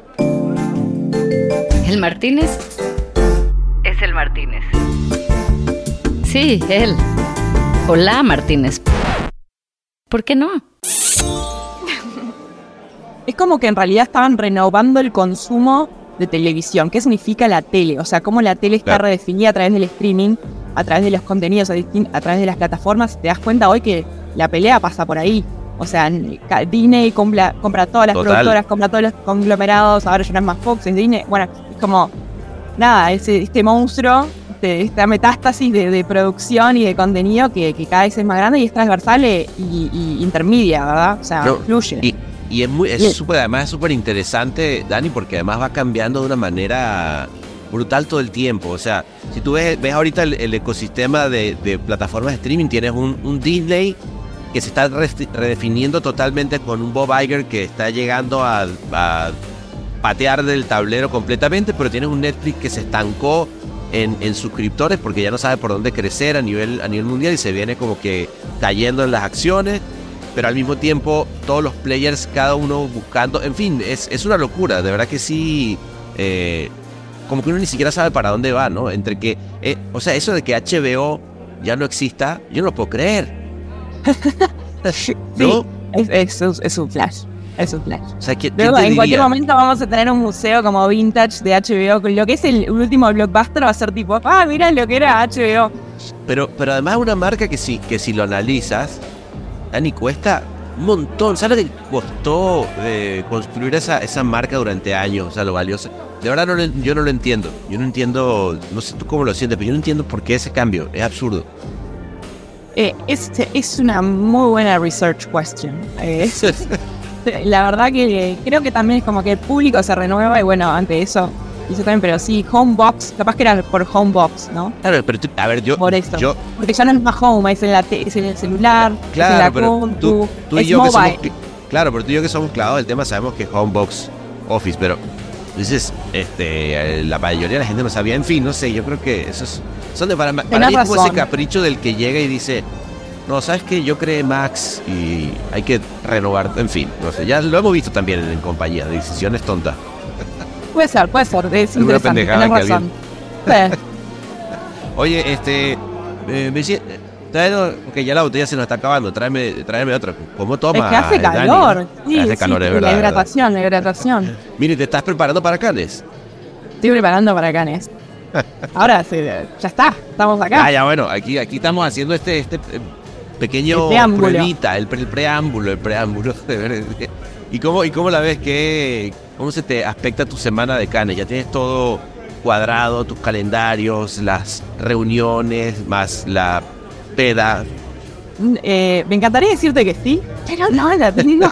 El Martínez es el Martínez. Sí, él. Hola, Martínez. ¿Por qué no? Es como que en realidad estaban renovando el consumo de televisión. ¿Qué significa la tele? O sea, cómo la tele está claro. redefinida a través del streaming, a través de los contenidos, a, distin- a través de las plataformas. Te das cuenta hoy que la pelea pasa por ahí. O sea, Disney compra, compra todas las Total. productoras, compra todos los conglomerados, ahora ya no es más Fox, es Disney. Bueno, es como, nada, ese, este monstruo, este, esta metástasis de, de producción y de contenido que, que cada vez es más grande y es transversal y, y intermedia, ¿verdad? O sea, no, fluye. Y, y es muy, es super, además es súper interesante, Dani, porque además va cambiando de una manera brutal todo el tiempo. O sea, si tú ves, ves ahorita el, el ecosistema de, de plataformas de streaming, tienes un, un Disney que se está redefiniendo totalmente con un Bob Iger que está llegando a, a patear del tablero completamente, pero tienes un Netflix que se estancó en, en suscriptores porque ya no sabe por dónde crecer a nivel, a nivel mundial y se viene como que cayendo en las acciones, pero al mismo tiempo todos los players, cada uno buscando, en fin, es, es una locura, de verdad que sí, eh, como que uno ni siquiera sabe para dónde va, ¿no? Entre que, eh, o sea, eso de que H B O ya no exista, yo no lo puedo creer. ¿No? Sí, es, es, es un flash. Es un flash. O sea, ¿quién, Luego, ¿quién te en cualquier diría? momento vamos a tener un museo como vintage de H B O. Lo que es el último blockbuster va a ser tipo, ah, mira lo que era H B O. Pero, pero además una marca que si, que si lo analizas, Dani, cuesta un montón. ¿Sabes lo que costó eh, construir esa, esa marca durante años? O sea, lo valioso. De verdad no lo, yo no lo entiendo. Yo no entiendo, no sé tú cómo lo sientes, pero yo no entiendo por qué ese cambio. Es absurdo. Eh, es, es una muy buena research question. Eh, la verdad que creo que también es como que el público se renueva y bueno, ante eso hizo también, pero sí, Homebox, capaz que era por Homebox, ¿no? Claro, pero tú, a ver, yo... Por eso, yo, porque ya no es más home, es en, la te, es en el celular, claro, es en la pero compu, tú, tú y es yo mobile. que somos, claro, pero tú y yo que somos clavados del tema sabemos que es Homebox Office, pero dices, este, la mayoría de la gente no sabía, en fin, no sé, yo creo que eso es... Son de, para para mí es como ese capricho del que llega y dice... No, ¿sabes qué? Yo creé Max y hay que renovar, en fin, no sé, ya lo hemos visto también en, en compañía, de decisiones tontas. Puede ser, puede ser, es Alguna interesante, pendejada tenés que razón. alguien... Oye, este, eh, me decía, tráeme, porque ya la botella se nos está acabando, tráeme, tráeme otra. ¿Cómo tomas? Es que hace calor, Dani? sí, hace sí, calor, es la verdad. hidratación, la hidratación. Mire, ¿te estás preparando para Cannes? Estoy preparando para Cannes. Ahora sí, ya está, estamos acá. Ah, ya, bueno, aquí, aquí estamos haciendo este, este pequeño el preámbulo. pruebita, el, el preámbulo, el preámbulo. ¿Y cómo, ¿Y cómo la ves? ¿Qué, ¿Cómo se te aspecta tu semana de Cannes? ¿Ya tienes todo cuadrado, tus calendarios, las reuniones, más la peda? Eh, me encantaría decirte que sí, pero no la tengo.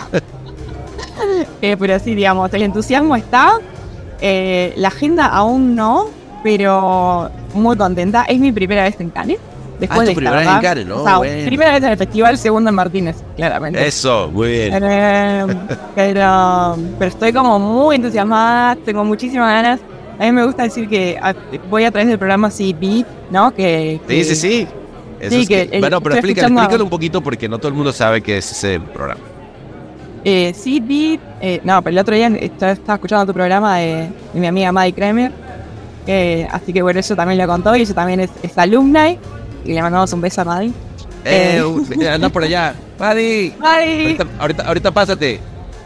eh, pero sí, digamos, el entusiasmo está. Eh, la agenda aún no, pero muy contenta. Es mi primera vez en Cannes. Después ah, de tu primera vez en Cannes, ¿no? O sea, bueno. Primera vez en el festival, segunda en Martínez, claramente. Eso, muy bien. Eh, pero, pero estoy como muy entusiasmada, tengo muchísimas ganas. A mí me gusta decir que a, voy a través del programa C B, ¿no? Que, que, sí, sí, sí. Eso sí es que, que, el, bueno, pero explícalo, escuchando... explícalo un poquito porque no todo el mundo sabe qué es ese programa. Eh, C B, eh, no, pero el otro día estaba, estaba escuchando tu programa de, de mi amiga Maddie Kramer, eh, así que bueno, eso también lo contó y ella también es, es alumni. Y le mandamos un beso a Maddie. Eh, eh. anda por allá. Maddie. Maddie. Ahorita, ahorita, ahorita pásate.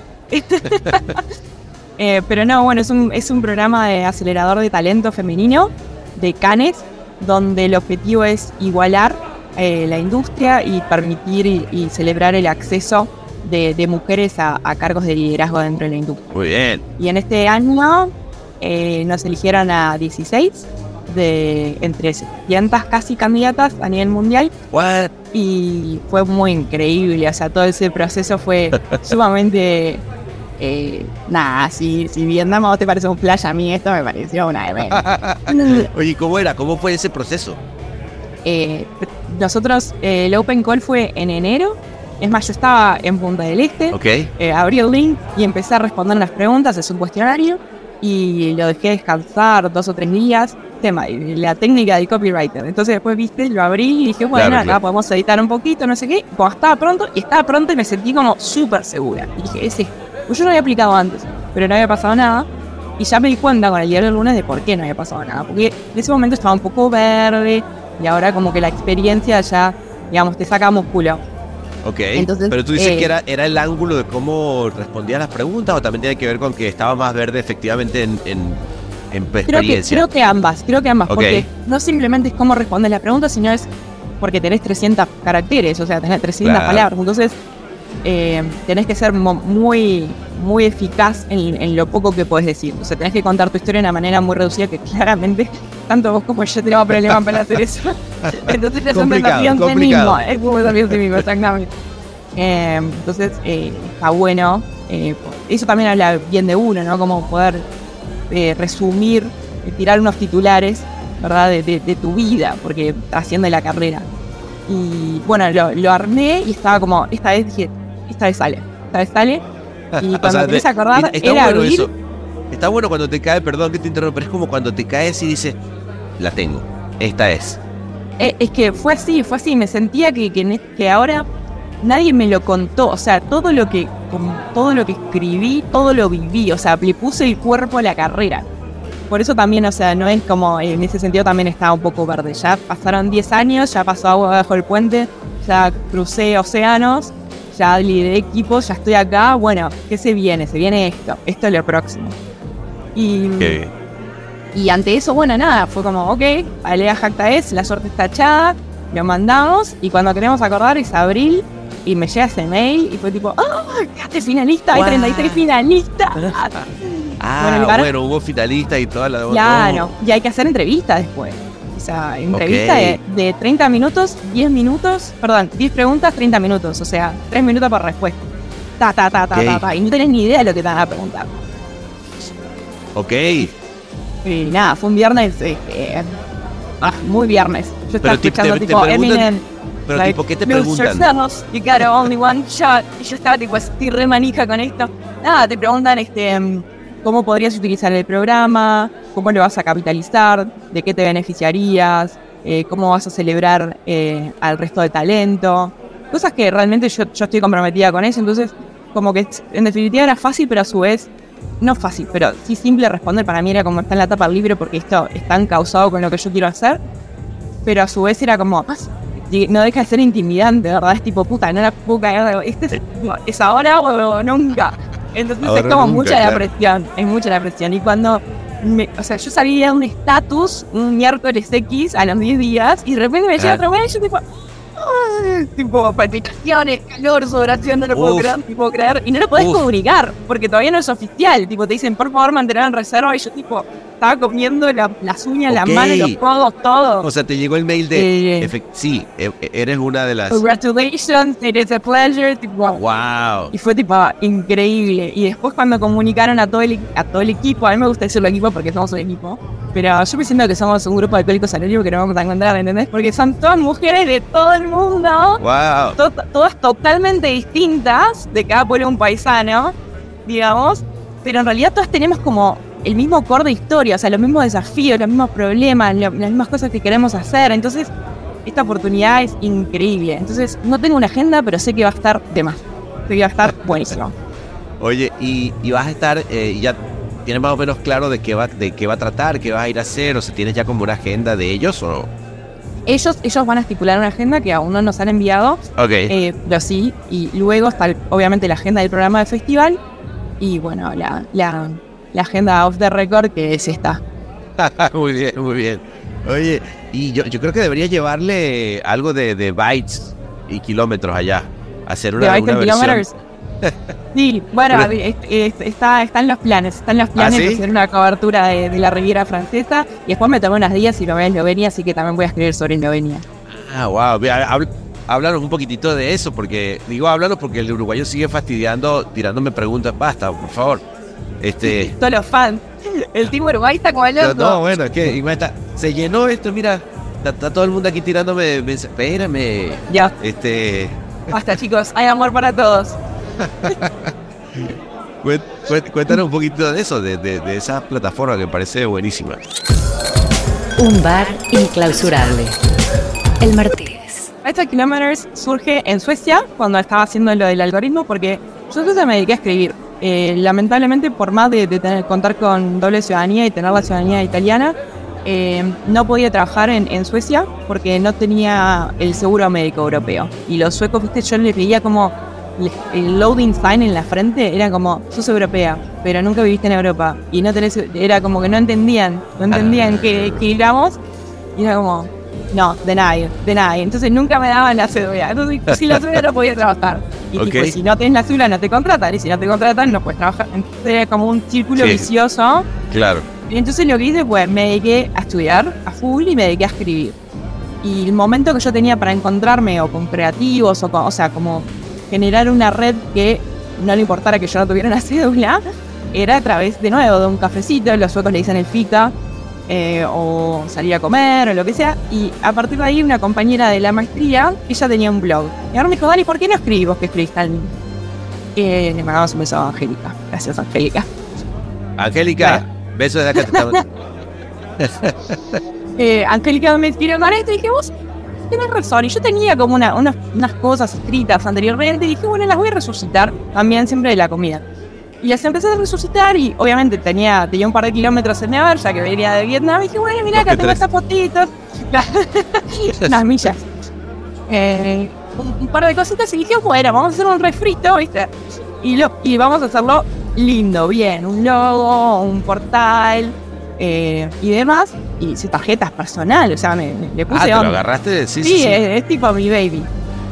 eh, pero no, bueno, es un, es un programa de acelerador de talento femenino de Cannes, donde el objetivo es igualar eh, la industria y permitir y, y celebrar el acceso de, de mujeres a, a cargos de liderazgo dentro de la industria. Muy bien. Y en este año eh, nos eligieron a dieciséis de entre setecientas casi candidatas a nivel mundial. What? Y fue muy increíble, o sea, todo ese proceso fue sumamente eh, nada, si, si Vietnam a vos te parece un flash, a mí esto me pareció una evento. Oye, ¿cómo era? ¿Cómo fue ese proceso? Eh, nosotros, eh, el Open Call fue en enero. Es más, yo estaba en Punta del Este. Okay. Eh, abrí el link y empecé a responder las preguntas. Es un cuestionario. Y lo dejé descansar dos o tres días. Tema, la técnica del copywriter. Entonces después, viste, lo abrí y dije, bueno, claro, acá claro. podemos editar un poquito, no sé qué. Cuando estaba pronto, y estaba pronto y me sentí como súper segura. Y dije, ese. Pues yo no había aplicado antes, pero no había pasado nada. Y ya me di cuenta con el diario del lunes de por qué no había pasado nada. Porque en ese momento estaba un poco verde y ahora como que la experiencia ya, digamos, te saca músculo. Ok, Entonces, pero tú dices eh, que era, era el ángulo de cómo respondía las preguntas o también tiene que ver con que estaba más verde efectivamente en, en, en Creo que, experiencia. creo que ambas, creo que ambas, Ok. porque no simplemente es cómo respondes la pregunta, sino es porque tenés trescientos caracteres, o sea, tenés trescientas Claro. palabras, entonces eh, tenés que ser mo- muy muy eficaz en, en lo poco que podés decir, o sea, tenés que contar tu historia de una manera muy reducida que claramente tanto vos como yo tenemos problemas para hacer eso. Entonces es un Complicado, desafío en sí complicado. mismo, es un desafío en sí mismo, exactamente. Eh, entonces eh, está bueno, eh, eso también habla bien de uno, ¿no? Como poder eh, resumir, eh, tirar unos titulares, ¿verdad? De, de, de tu vida, porque haciendo la carrera. Y bueno, lo, lo armé y estaba como, esta vez dije, esta vez sale, esta vez sale. Y cuando O sea, te empieza a de- acordar, está era bueno abril. eso. Está bueno cuando te cae, perdón que te interrumpa, pero es como cuando te caes y dices, la tengo, esta es. Eh, es que fue así, fue así. Me sentía que, que, en es- que ahora nadie me lo contó. O sea, todo lo que como, todo lo que escribí, todo lo viví. O sea, le puse el cuerpo a la carrera. Por eso también, o sea, no es como, en ese sentido también estaba un poco verde. Ya pasaron diez años, ya pasó agua bajo el puente, ya crucé océanos, ya lideré equipos, ya estoy acá. Bueno, ¿qué se viene? Se viene esto, esto es lo próximo. Y... Que Y ante eso, bueno, nada, fue como, ok, Alea Jacta es, la suerte está echada, lo mandamos, y cuando queremos acordar es abril, y me llega ese mail, y fue tipo, ¡ah! ¡Quedaste finalista! ¡Hay Wow. treinta y tres finalistas! Ah, Bueno, bueno, el bar- hubo finalistas y toda la... Claro, no. y hay que hacer entrevistas después. O sea, entrevista Ok. de, de treinta minutos, diez minutos, perdón, diez preguntas, treinta minutos, o sea, tres minutos por respuesta. Ta, ta, ta, ta, Ok. ta, ta, y no tenés ni idea de lo que te van a preguntar. Ok, Y nada, fue un viernes, eh, eh, ah, muy viernes. Yo estaba Pero te- escuchando te- te tipo preguntan- Eminem. pero like, tipo, ¿qué te "Lose preguntan? yourself, you got only one shot". Y yo estaba tipo, estoy re manija con esto. Nada, te preguntan este mm, cómo podrías utilizar el programa, cómo lo vas a capitalizar, de qué te beneficiarías, eh, cómo vas a celebrar eh, al resto de talento. Cosas que realmente yo, yo estoy comprometida con eso, entonces como que en definitiva era fácil, pero a su vez, no fácil, pero sí simple responder. Para mí era como está en la tapa del libro porque esto está encauzado con lo que yo quiero hacer, pero a su vez era como, "Ah, y no deja de ser intimidante, ¿verdad? Es tipo, puta, no la puedo caer, este es, es ahora o nunca". Entonces Ahora es como nunca, mucha la claro. presión, es mucha la presión. Y cuando, me- o sea, yo salí de un estatus un miércoles X a los diez días y de repente me llega Claro. otro mail y yo tipo, "Ay", tipo, palpitaciones, calor, sudoración, no lo puedo Uf. creer, no puedo creer. Y no lo podés Uf. comunicar, porque todavía no es oficial. Tipo, te dicen, por favor, mantener en reserva. Y yo, tipo, estaba comiendo la- las uñas, las Ok. manos, los codos, todo. O sea, te llegó el mail de... Eh. efect- sí, e- e- eres una de las... Congratulations, it is a pleasure. Tipo, Wow. y fue tipo increíble. Y después cuando comunicaron a todo el, a todo el equipo, a mí me gusta decirlo equipo porque somos un equipo, pero yo me siento que somos un grupo de alcohólicos anónimos que nos vamos a encontrar, ¿entendés? Porque son todas mujeres de todo el mundo, Wow. to- todas totalmente distintas, de cada pueblo un paisano, digamos, pero en realidad todas tenemos como el mismo core de historia, o sea, los mismos desafíos, los mismos problemas, lo- las mismas cosas que queremos hacer. Entonces, esta oportunidad es increíble. Entonces, no tengo una agenda, pero sé que va a estar de más. Sé que va a estar buenísimo. Oye, y, y vas a estar, eh, ya tienes más o menos claro de qué va, de qué va a tratar, qué vas a ir a hacer, o sea, tienes ya como una agenda de ellos o... Ellos, ellos van a estipular una agenda que aún no nos han enviado, Ok. eh, pero sí, y luego está el- obviamente la agenda del programa del festival y bueno, la, la, la agenda off the record que es esta. Muy bien, muy bien. Oye, y yo, yo creo que deberías llevarle algo de, de bytes y kilómetros allá. Hacer una, ¿De Bytes una and versión. Kilometers? Sí, bueno, Una- es- es- está, está en los planes, está en los planes ¿Ah, sí? de hacer una cobertura de, de la Riviera Francesa y después me tomé unos días y lo voy a Eslovenia, así que también voy a escribir sobre Eslovenia. Ah, wow. Mira, habl- háblanos un poquitito de eso, porque, digo, háblanos porque el uruguayo sigue fastidiando, tirándome preguntas. Basta, por favor. Este... Todos los fans, el team Uruguay está como el No, loco. no, bueno, es que imagínate, se llenó esto, mira, está, está todo el mundo aquí tirándome. Me, espérame. Ya. Este. Basta, chicos. Hay amor para todos. Cuéntanos un poquito de eso, de, de, de esa plataforma que me parece buenísima. Un bar inclausurable. El Martínez. Five Kilometers surge en Suecia cuando estaba haciendo lo del algoritmo, porque yo entonces me dediqué a escribir. Eh, lamentablemente, por más de, de tener, contar con doble ciudadanía y tener la ciudadanía italiana, eh, no podía trabajar en, en Suecia porque no tenía el seguro médico europeo. Y los suecos, viste, yo les veía como el loading sign en la frente, era como, sos europea, pero nunca viviste en Europa. Y no tenés, era como que no entendían, no entendían que, que íbamos. Y era como, no, de nadie, de nadie. Entonces nunca me daban la cédula. Entonces, si la cédula no podía trabajar. Y okay. tipo, si no tenés la cédula, no te contratan. Y si no te contratan, no puedes trabajar. Entonces era como un círculo sí. vicioso. Claro. Y entonces lo que hice fue, me dediqué a estudiar a full y me dediqué a escribir. Y el momento que yo tenía para encontrarme o con creativos, o, con, o sea, como generar una red que no le importara que yo no tuviera una cédula, era a través, de nuevo, de un cafecito. Los suecos le dicen el fika. Eh, o salir a comer o lo que sea, y a partir de ahí una compañera de la maestría, ella tenía un blog, y ahora me dijo, Dani, ¿por qué no escribís vos que escribís tan? Eh, le mandamos un beso a Angélica. Gracias, Angélica. Angélica, bueno. Besos de acá. Te eh, Angélica me escribió con esto y dije, vos tenés razón, y yo tenía como una, unas, unas cosas escritas anteriormente, y dije, bueno, las voy a resucitar, también siempre de la comida. Y las empecé a resucitar y obviamente tenía, tenía un par de kilómetros en nevar, ya que venía de Vietnam. Y dije, bueno, mirá, acá tengo estas fotitos. Unas millas. Eh, un, un par de cositas y dije, bueno, vamos a hacer un refrito, ¿viste? Y, lo, y vamos a hacerlo lindo, bien. Un logo, un portal eh, y demás. Y hice tarjetas personales, o sea, me, me le puse ah, ¿te onda. lo agarraste? Sí, sí, sí, sí. Es, es tipo mi baby.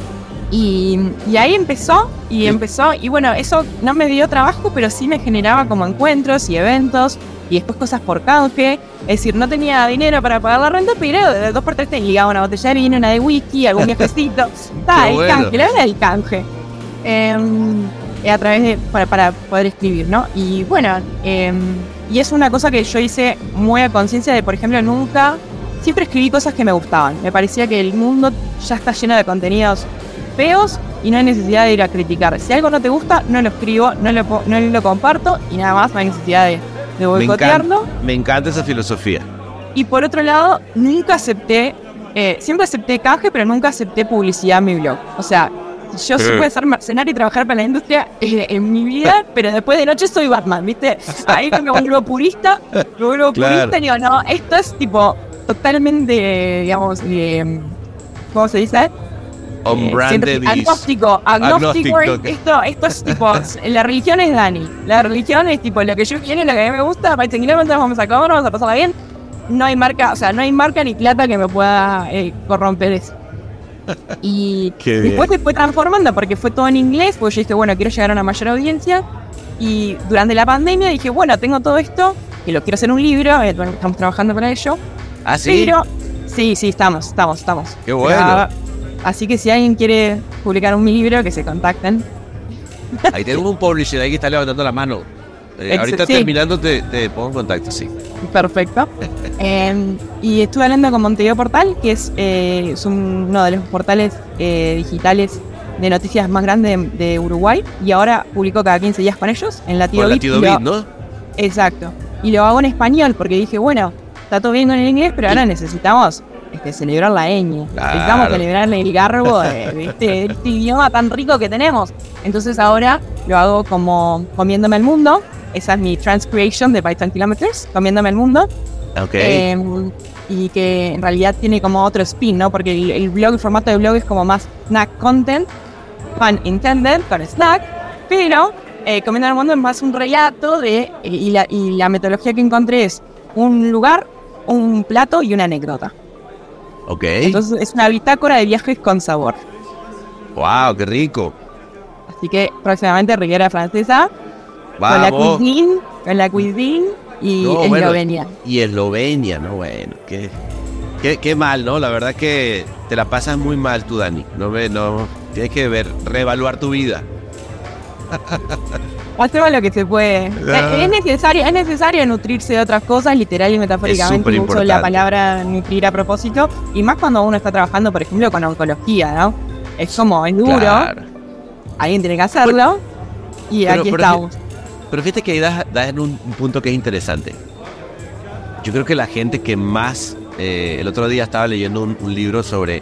Y, y ahí empezó, y sí. empezó, y bueno, eso no me dio trabajo, pero sí me generaba como encuentros y eventos, y después cosas por canje. Es decir, no tenía dinero para pagar la renta, pero de dos por tres te ligaba una botella de vino, una de whisky, algún viajecito. Está, el bueno. canje, la verdad, el canje. Eh, a través de, para, para poder escribir, ¿no? Y bueno, eh, y es una cosa que yo hice muy a conciencia de, por ejemplo, nunca, siempre escribí cosas que me gustaban. Me parecía que el mundo ya está lleno de contenidos feos y no hay necesidad de ir a criticar. Si algo no te gusta, no lo escribo, no lo, no lo comparto y nada más, no hay necesidad de, de boicotearlo. Me encanta, me encanta esa filosofía. Y por otro lado, nunca acepté, eh, siempre acepté canje, pero nunca acepté publicidad en mi blog. O sea, yo sí puedo ser mercenario y trabajar para la industria eh, en mi vida, pero después de noche soy Batman, ¿viste? Ahí me vuelvo purista, me vuelvo claro. purista y digo, no, esto es tipo totalmente, digamos, eh, ¿cómo se dice? Eh, agnóstico, agnóstico, agnóstico. Esto, esto es tipo, la religión es Dani, la religión es tipo lo que yo quiero, lo que a mí me gusta, para este kilómetros vamos a comer, vamos a pasarla bien, no hay marca, o sea, no hay marca ni plata que me pueda eh, corromper eso. Y después se fue transformando porque fue todo en inglés, porque yo dije, bueno, quiero llegar a una mayor audiencia, y durante la pandemia dije, bueno, tengo todo esto, que lo quiero hacer un libro, eh, bueno, estamos trabajando para ello. ¿Ah, sí? Pero, sí, sí, estamos, estamos, estamos. Qué bueno. Pero, así que si alguien quiere publicar un libro, que se contacten. Ahí tenemos un publisher ahí que está levantando la mano. Eh, Ex- ahorita sí. terminando te, te pongo en contacto, sí. Perfecto. eh, y estuve hablando con Montevideo Portal, que es, eh, es un, uno de los portales eh, digitales de noticias más grandes de, de Uruguay. Y ahora publico cada quince días con ellos en Latido Beat. Latido Beat, ¿no? Exacto. Y lo hago en español porque dije, bueno, está todo bien con el inglés, pero ahora necesitamos... Este, celebrar la ñ, claro. Necesitamos celebrar el garbo de, de este, este idioma tan rico que tenemos. Entonces ahora lo hago como Comiéndome el Mundo. Esa es mi transcreation de Python Kilometers, Comiéndome el Mundo. Okay. Eh, y que en realidad tiene como otro spin, ¿no? Porque el, el blog, el formato de blog es como más snack content, pun intended, con snack, pero eh, Comiéndome el Mundo es más un relato de, eh, y, la, y la metodología que encontré es un lugar, un plato y una anécdota. Okay. Entonces es una bitácora de viajes con sabor. ¡Wow! ¡Qué rico! Así que próximamente Riviera Francesa. ¡Vamos! Con la cuisine, con la cuisine y no, Eslovenia. Bueno, y Eslovenia, ¿no? Bueno, qué, qué, qué mal, ¿no? La verdad es que te la pasas muy mal tú, Dani. No, me, no tienes que ver, reevaluar tu vida. Hacemos lo que se puede. No. Es necesario, es necesario nutrirse de otras cosas, literal y metafóricamente. Uso la palabra nutrir a propósito. Y más cuando uno está trabajando, por ejemplo, con oncología, ¿no? Es como, es duro. Claro. Alguien tiene que hacerlo. Pero, y aquí pero, pero estamos. Fíjate, pero fíjate que ahí das, das en un, un punto que es interesante. Yo creo que la gente que más... Eh, el otro día estaba leyendo un, un libro sobre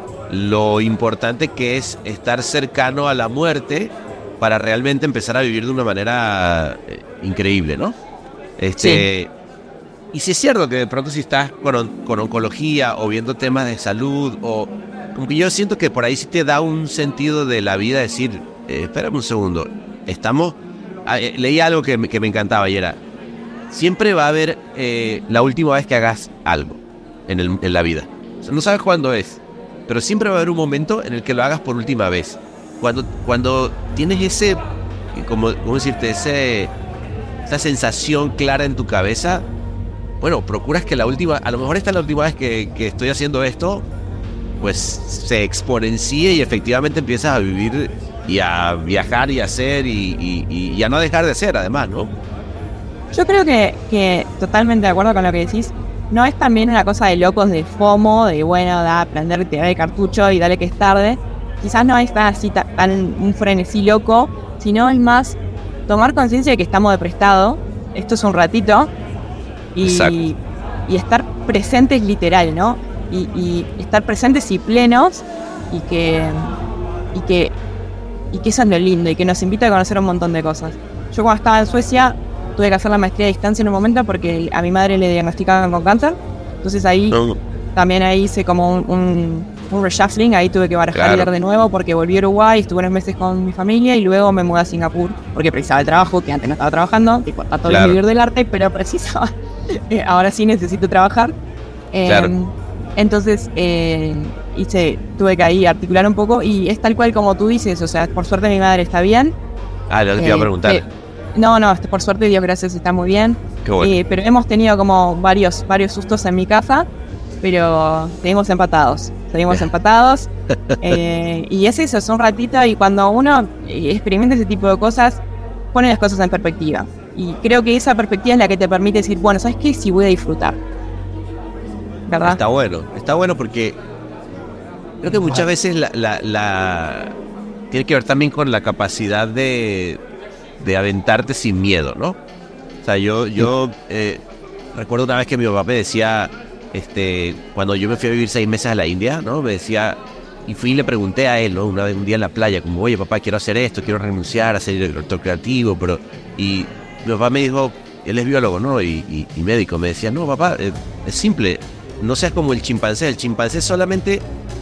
lo importante que es estar cercano a la muerte para realmente empezar a vivir de una manera eh, increíble, ¿no? Este, sí. Y si es cierto que de pronto si estás con, on, con oncología o viendo temas de salud, o como que yo siento que por ahí sí te da un sentido de la vida decir, eh, espérame un segundo, estamos... Eh, leí algo que me, que me encantaba y era, siempre va a haber eh, la última vez que hagas algo en, el, en la vida. O sea, no sabes cuándo es, pero siempre va a haber un momento en el que lo hagas por última vez. Cuando, cuando tienes ese, como, ¿cómo decirte? Ese, esa sensación clara en tu cabeza, bueno, procuras que la última, a lo mejor esta es la última vez que, que estoy haciendo esto, pues se exponencie y efectivamente empiezas a vivir y a viajar y a hacer y, y, y a no dejar de hacer, además, ¿no? Yo creo que, que totalmente de acuerdo con lo que decís. No es también una cosa de locos de FOMO, de bueno, da a prender, te da el cartucho y dale que es tarde. Quizás no es tan así, tan un frenesí loco, sino es más tomar conciencia de que estamos de prestado, esto es un ratito, y, y estar presentes literal, ¿no? Y, y estar presentes y plenos, y que, y que y que eso es lo lindo, y que nos invita a conocer un montón de cosas. Yo cuando estaba en Suecia tuve que hacer la maestría a distancia en un momento porque a mi madre le diagnosticaban con cáncer, entonces ahí no. también ahí hice como un, un, un reshuffling, ahí tuve que barajar claro. y ver de nuevo porque volví a Uruguay, estuve unos meses con mi familia y luego me mudé a Singapur porque precisaba el trabajo, que antes no estaba trabajando, tipo, está todo claro. vivir del arte, pero precisaba, eh, ahora sí necesito trabajar. Eh, claro. Entonces eh, hice, tuve que ahí articular un poco y es tal cual como tú dices, o sea, por suerte mi madre está bien. Ah, lo que te iba a preguntar. Eh, No, no, por suerte, Dios gracias, está muy bien. Qué bueno. Eh, pero hemos tenido como varios, varios sustos en mi casa, pero seguimos empatados, seguimos empatados. Eh, y es eso, es un ratito y cuando uno experimenta ese tipo de cosas, pone las cosas en perspectiva. Y creo que esa perspectiva es la que te permite decir, bueno, ¿sabes qué? Sí voy a disfrutar. ¿Verdad? Está bueno, está bueno porque creo que muchas veces la, la, la... tiene que ver también con la capacidad de... de aventarte sin miedo, ¿no? O sea, yo, yo eh, recuerdo una vez que mi papá me decía, este, cuando yo me fui a vivir seis meses a la India, ¿no? Me decía, y fui y le pregunté a él, ¿no? Una vez, un día en la playa, como, oye, papá, quiero hacer esto, quiero renunciar a ser director creativo, pero... Y mi papá me dijo, él es biólogo, ¿no? Y, y, y médico, me decía, no, papá, eh, es simple, no seas como el chimpancé, el chimpancé solamente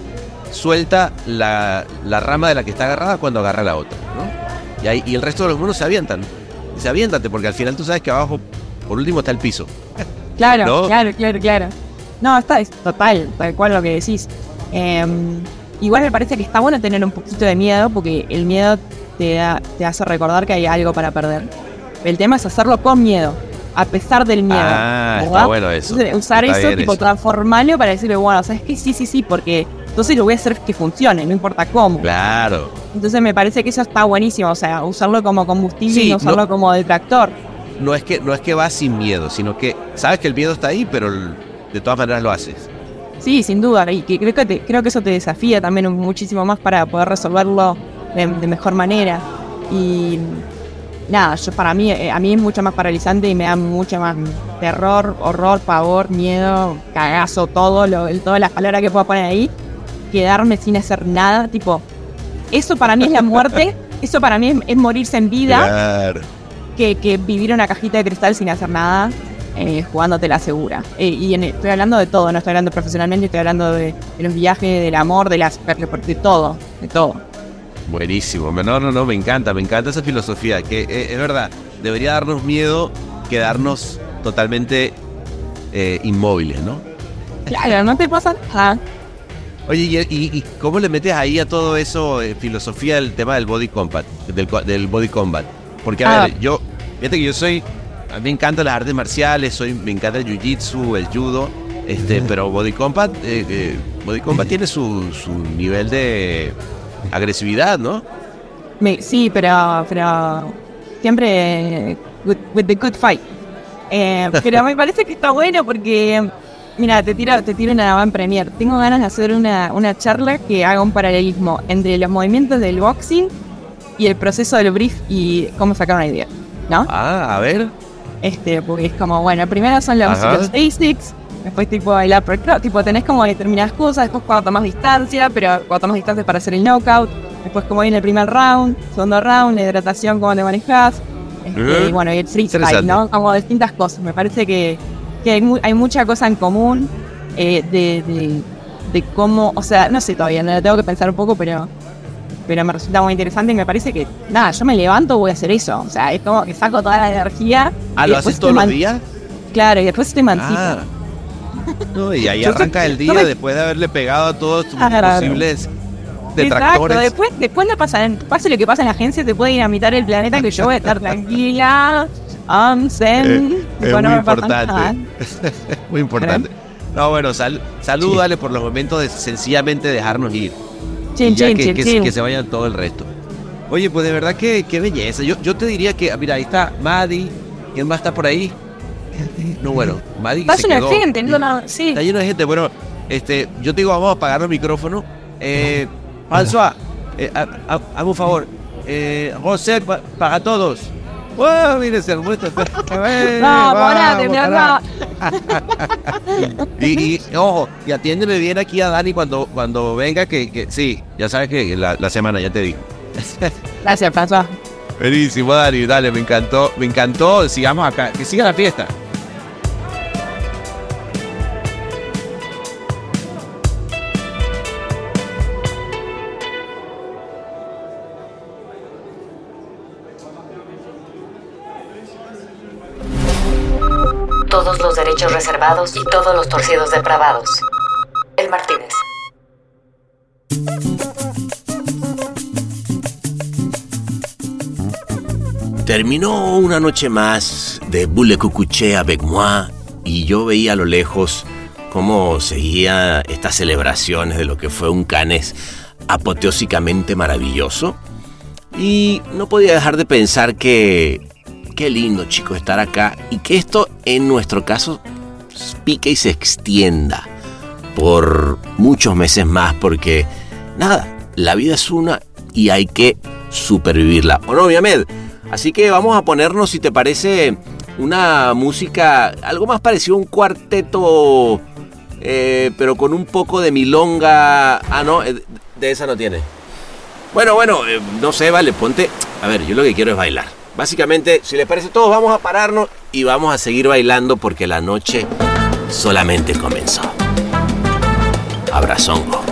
suelta la, la rama de la que está agarrada cuando agarra la otra, ¿no? Y, ahí, y el resto de los monos se avientan. Se aviéntate, porque al final tú sabes que abajo, por último, está el piso. Claro, ¿no? claro, claro, claro. No, está, es total, tal cual lo que decís. Eh, igual me parece que está bueno tener un poquito de miedo, porque el miedo te, da, te hace recordar que hay algo para perder. El tema es hacerlo con miedo, a pesar del miedo. Ah, ¿verdad? Está bueno eso. Entonces, usar está eso, tipo, eso. transformarlo para decirle, bueno, ¿sabes qué? Sí, sí, sí, porque... entonces lo voy a hacer que funcione, no importa cómo. Claro. Entonces me parece que eso está buenísimo, o sea, usarlo como combustible sí, y no usarlo no, como detractor. No es que no es que vas sin miedo, sino que sabes que el miedo está ahí, pero de todas maneras lo haces. Sí, sin duda, y que creo que te, creo que eso te desafía también muchísimo más para poder resolverlo de, de mejor manera. Y nada, yo para mí, a mí es mucho más paralizante y me da mucho más terror, horror, pavor, miedo, cagazo, todo, lo, todas las palabras que pueda poner ahí. Quedarme sin hacer nada, tipo, eso para mí es la muerte, eso para mí es, es morirse en vida, claro. que, que vivir en una cajita de cristal sin hacer nada, eh, jugándote la segura. Eh, y en, estoy hablando de todo, no estoy hablando profesionalmente, estoy hablando de, de los viajes, del amor, de las de todo, de todo. Buenísimo, no, no, no, me encanta, me encanta esa filosofía, que eh, es verdad, debería darnos miedo quedarnos totalmente eh, inmóviles, ¿no? Claro, no te pasa nada. Oye, ¿y, y, y cómo le metes ahí a todo eso, eh, filosofía, el tema del body combat, del, del body combat? Porque, a ah. ver, yo, fíjate que yo soy, a mí me encantan las artes marciales, soy, me encanta el jiu-jitsu, el judo, este, pero body combat, eh, eh, body combat tiene su, su nivel de agresividad, ¿no? Me, sí, pero, pero siempre with, with the good fight. Eh, pero me parece que está bueno porque, mira, te tiro, te tiro una van premier. Tengo ganas de hacer una, una charla que haga un paralelismo entre los movimientos del boxing y el proceso del brief y cómo sacar una idea, ¿no? Ah, a ver. Este, porque es como, bueno, primero son los, los basics, después tipo el uppercut, tipo tenés como determinadas cosas, después cuando tomás distancia, pero cuando tomás distancia para hacer el knockout, después como viene el primer round, segundo round, la hidratación, cómo te manejás, este, uh-huh. y bueno, y el freestyle, ¿no? Como distintas cosas. Me parece que, que hay, mu- hay mucha cosa en común eh, de, de, de cómo, o sea, no sé todavía, no lo tengo que pensar un poco, pero... pero me resulta muy interesante y me parece que, nada, yo me levanto, voy a hacer eso. O sea, es como que saco toda la energía. Ah, ¿lo haces todos man- los días? Claro, y después estoy mansita. Ah. No, y ahí arranca el día me... después de haberle pegado a todos tus ah, posibles detractores. Exacto, después, después no pasa, pase lo que pasa en la agencia, te puede ir a mitad el planeta que yo voy a estar tranquila, um, zen, eh, es bueno, muy importante. Muy importante. No, bueno, sal, salud, sí. Dale por los momentos de sencillamente dejarnos ir. Chin, ya chin, que, chin, que, chin. que se vayan todo el resto. Oye, pues de verdad que qué belleza. Yo, yo te diría que, mira, ahí está Maddie. ¿Quién más está por ahí? No, bueno, Maddie Pasa se una quedó. gente, no, no, sí. Está lleno de gente. Bueno, este, yo te digo, vamos a apagar el micrófono. Eh, François, eh, hazme un favor. Eh, José, pa, para todos. ¡Wow! Mire, se muestra. No, morate, mi hermano. Y, y, ojo, y atiéndeme bien aquí a Dani cuando, cuando venga, que, que sí, ya sabes que la, la semana ya te digo. Gracias, François. Buenísimo, Dani, dale, me encantó, me encantó. Sigamos acá, que siga la fiesta. Todos los derechos reservados y todos los torcidos depravados. El Martínez. Terminó una noche más de Boule Cucuché avec moi y yo veía a lo lejos cómo seguía estas celebraciones de lo que fue un Cannes apoteósicamente maravilloso y no podía dejar de pensar que qué lindo, chicos, estar acá y que esto en nuestro caso pique y se extienda por muchos meses más porque nada, la vida es una y hay que supervivirla, ¿o no, Viamed? Así que vamos a ponernos, si te parece, una música algo más parecido a un cuarteto, eh, pero con un poco de milonga. Ah, no, de esa no tiene. Bueno, bueno, eh, no sé, vale, ponte. A ver, yo lo que quiero es bailar. Básicamente, si les parece, todos vamos a pararnos y vamos a seguir bailando porque la noche solamente comenzó. Abrazongo.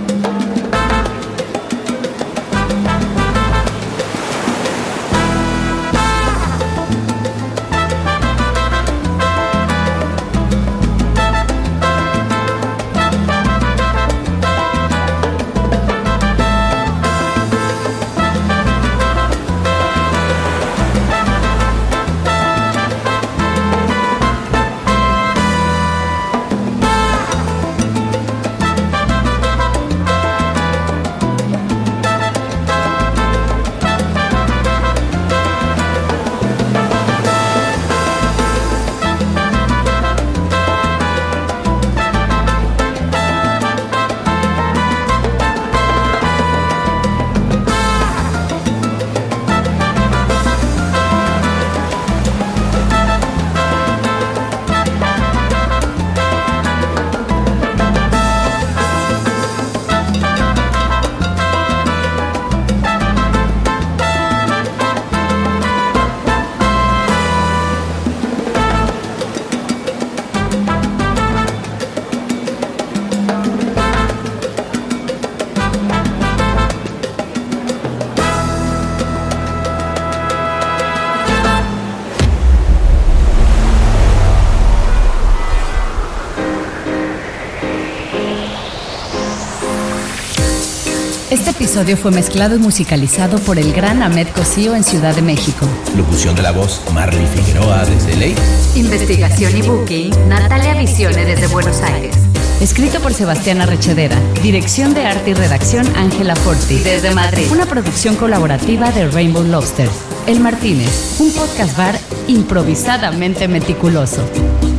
Este episodio fue mezclado y musicalizado por el gran Ahmed Cosío en Ciudad de México. Locución de la voz, Marley Figueroa desde L A. Investigación y booking, Natalia Visione desde Buenos Aires. Escrito por Sebastián Arrechedera. Dirección de arte y redacción Ángela Forti. Desde Madrid. Una producción colaborativa de Rainbow Lobster. El Martínez. Un podcast bar improvisadamente meticuloso.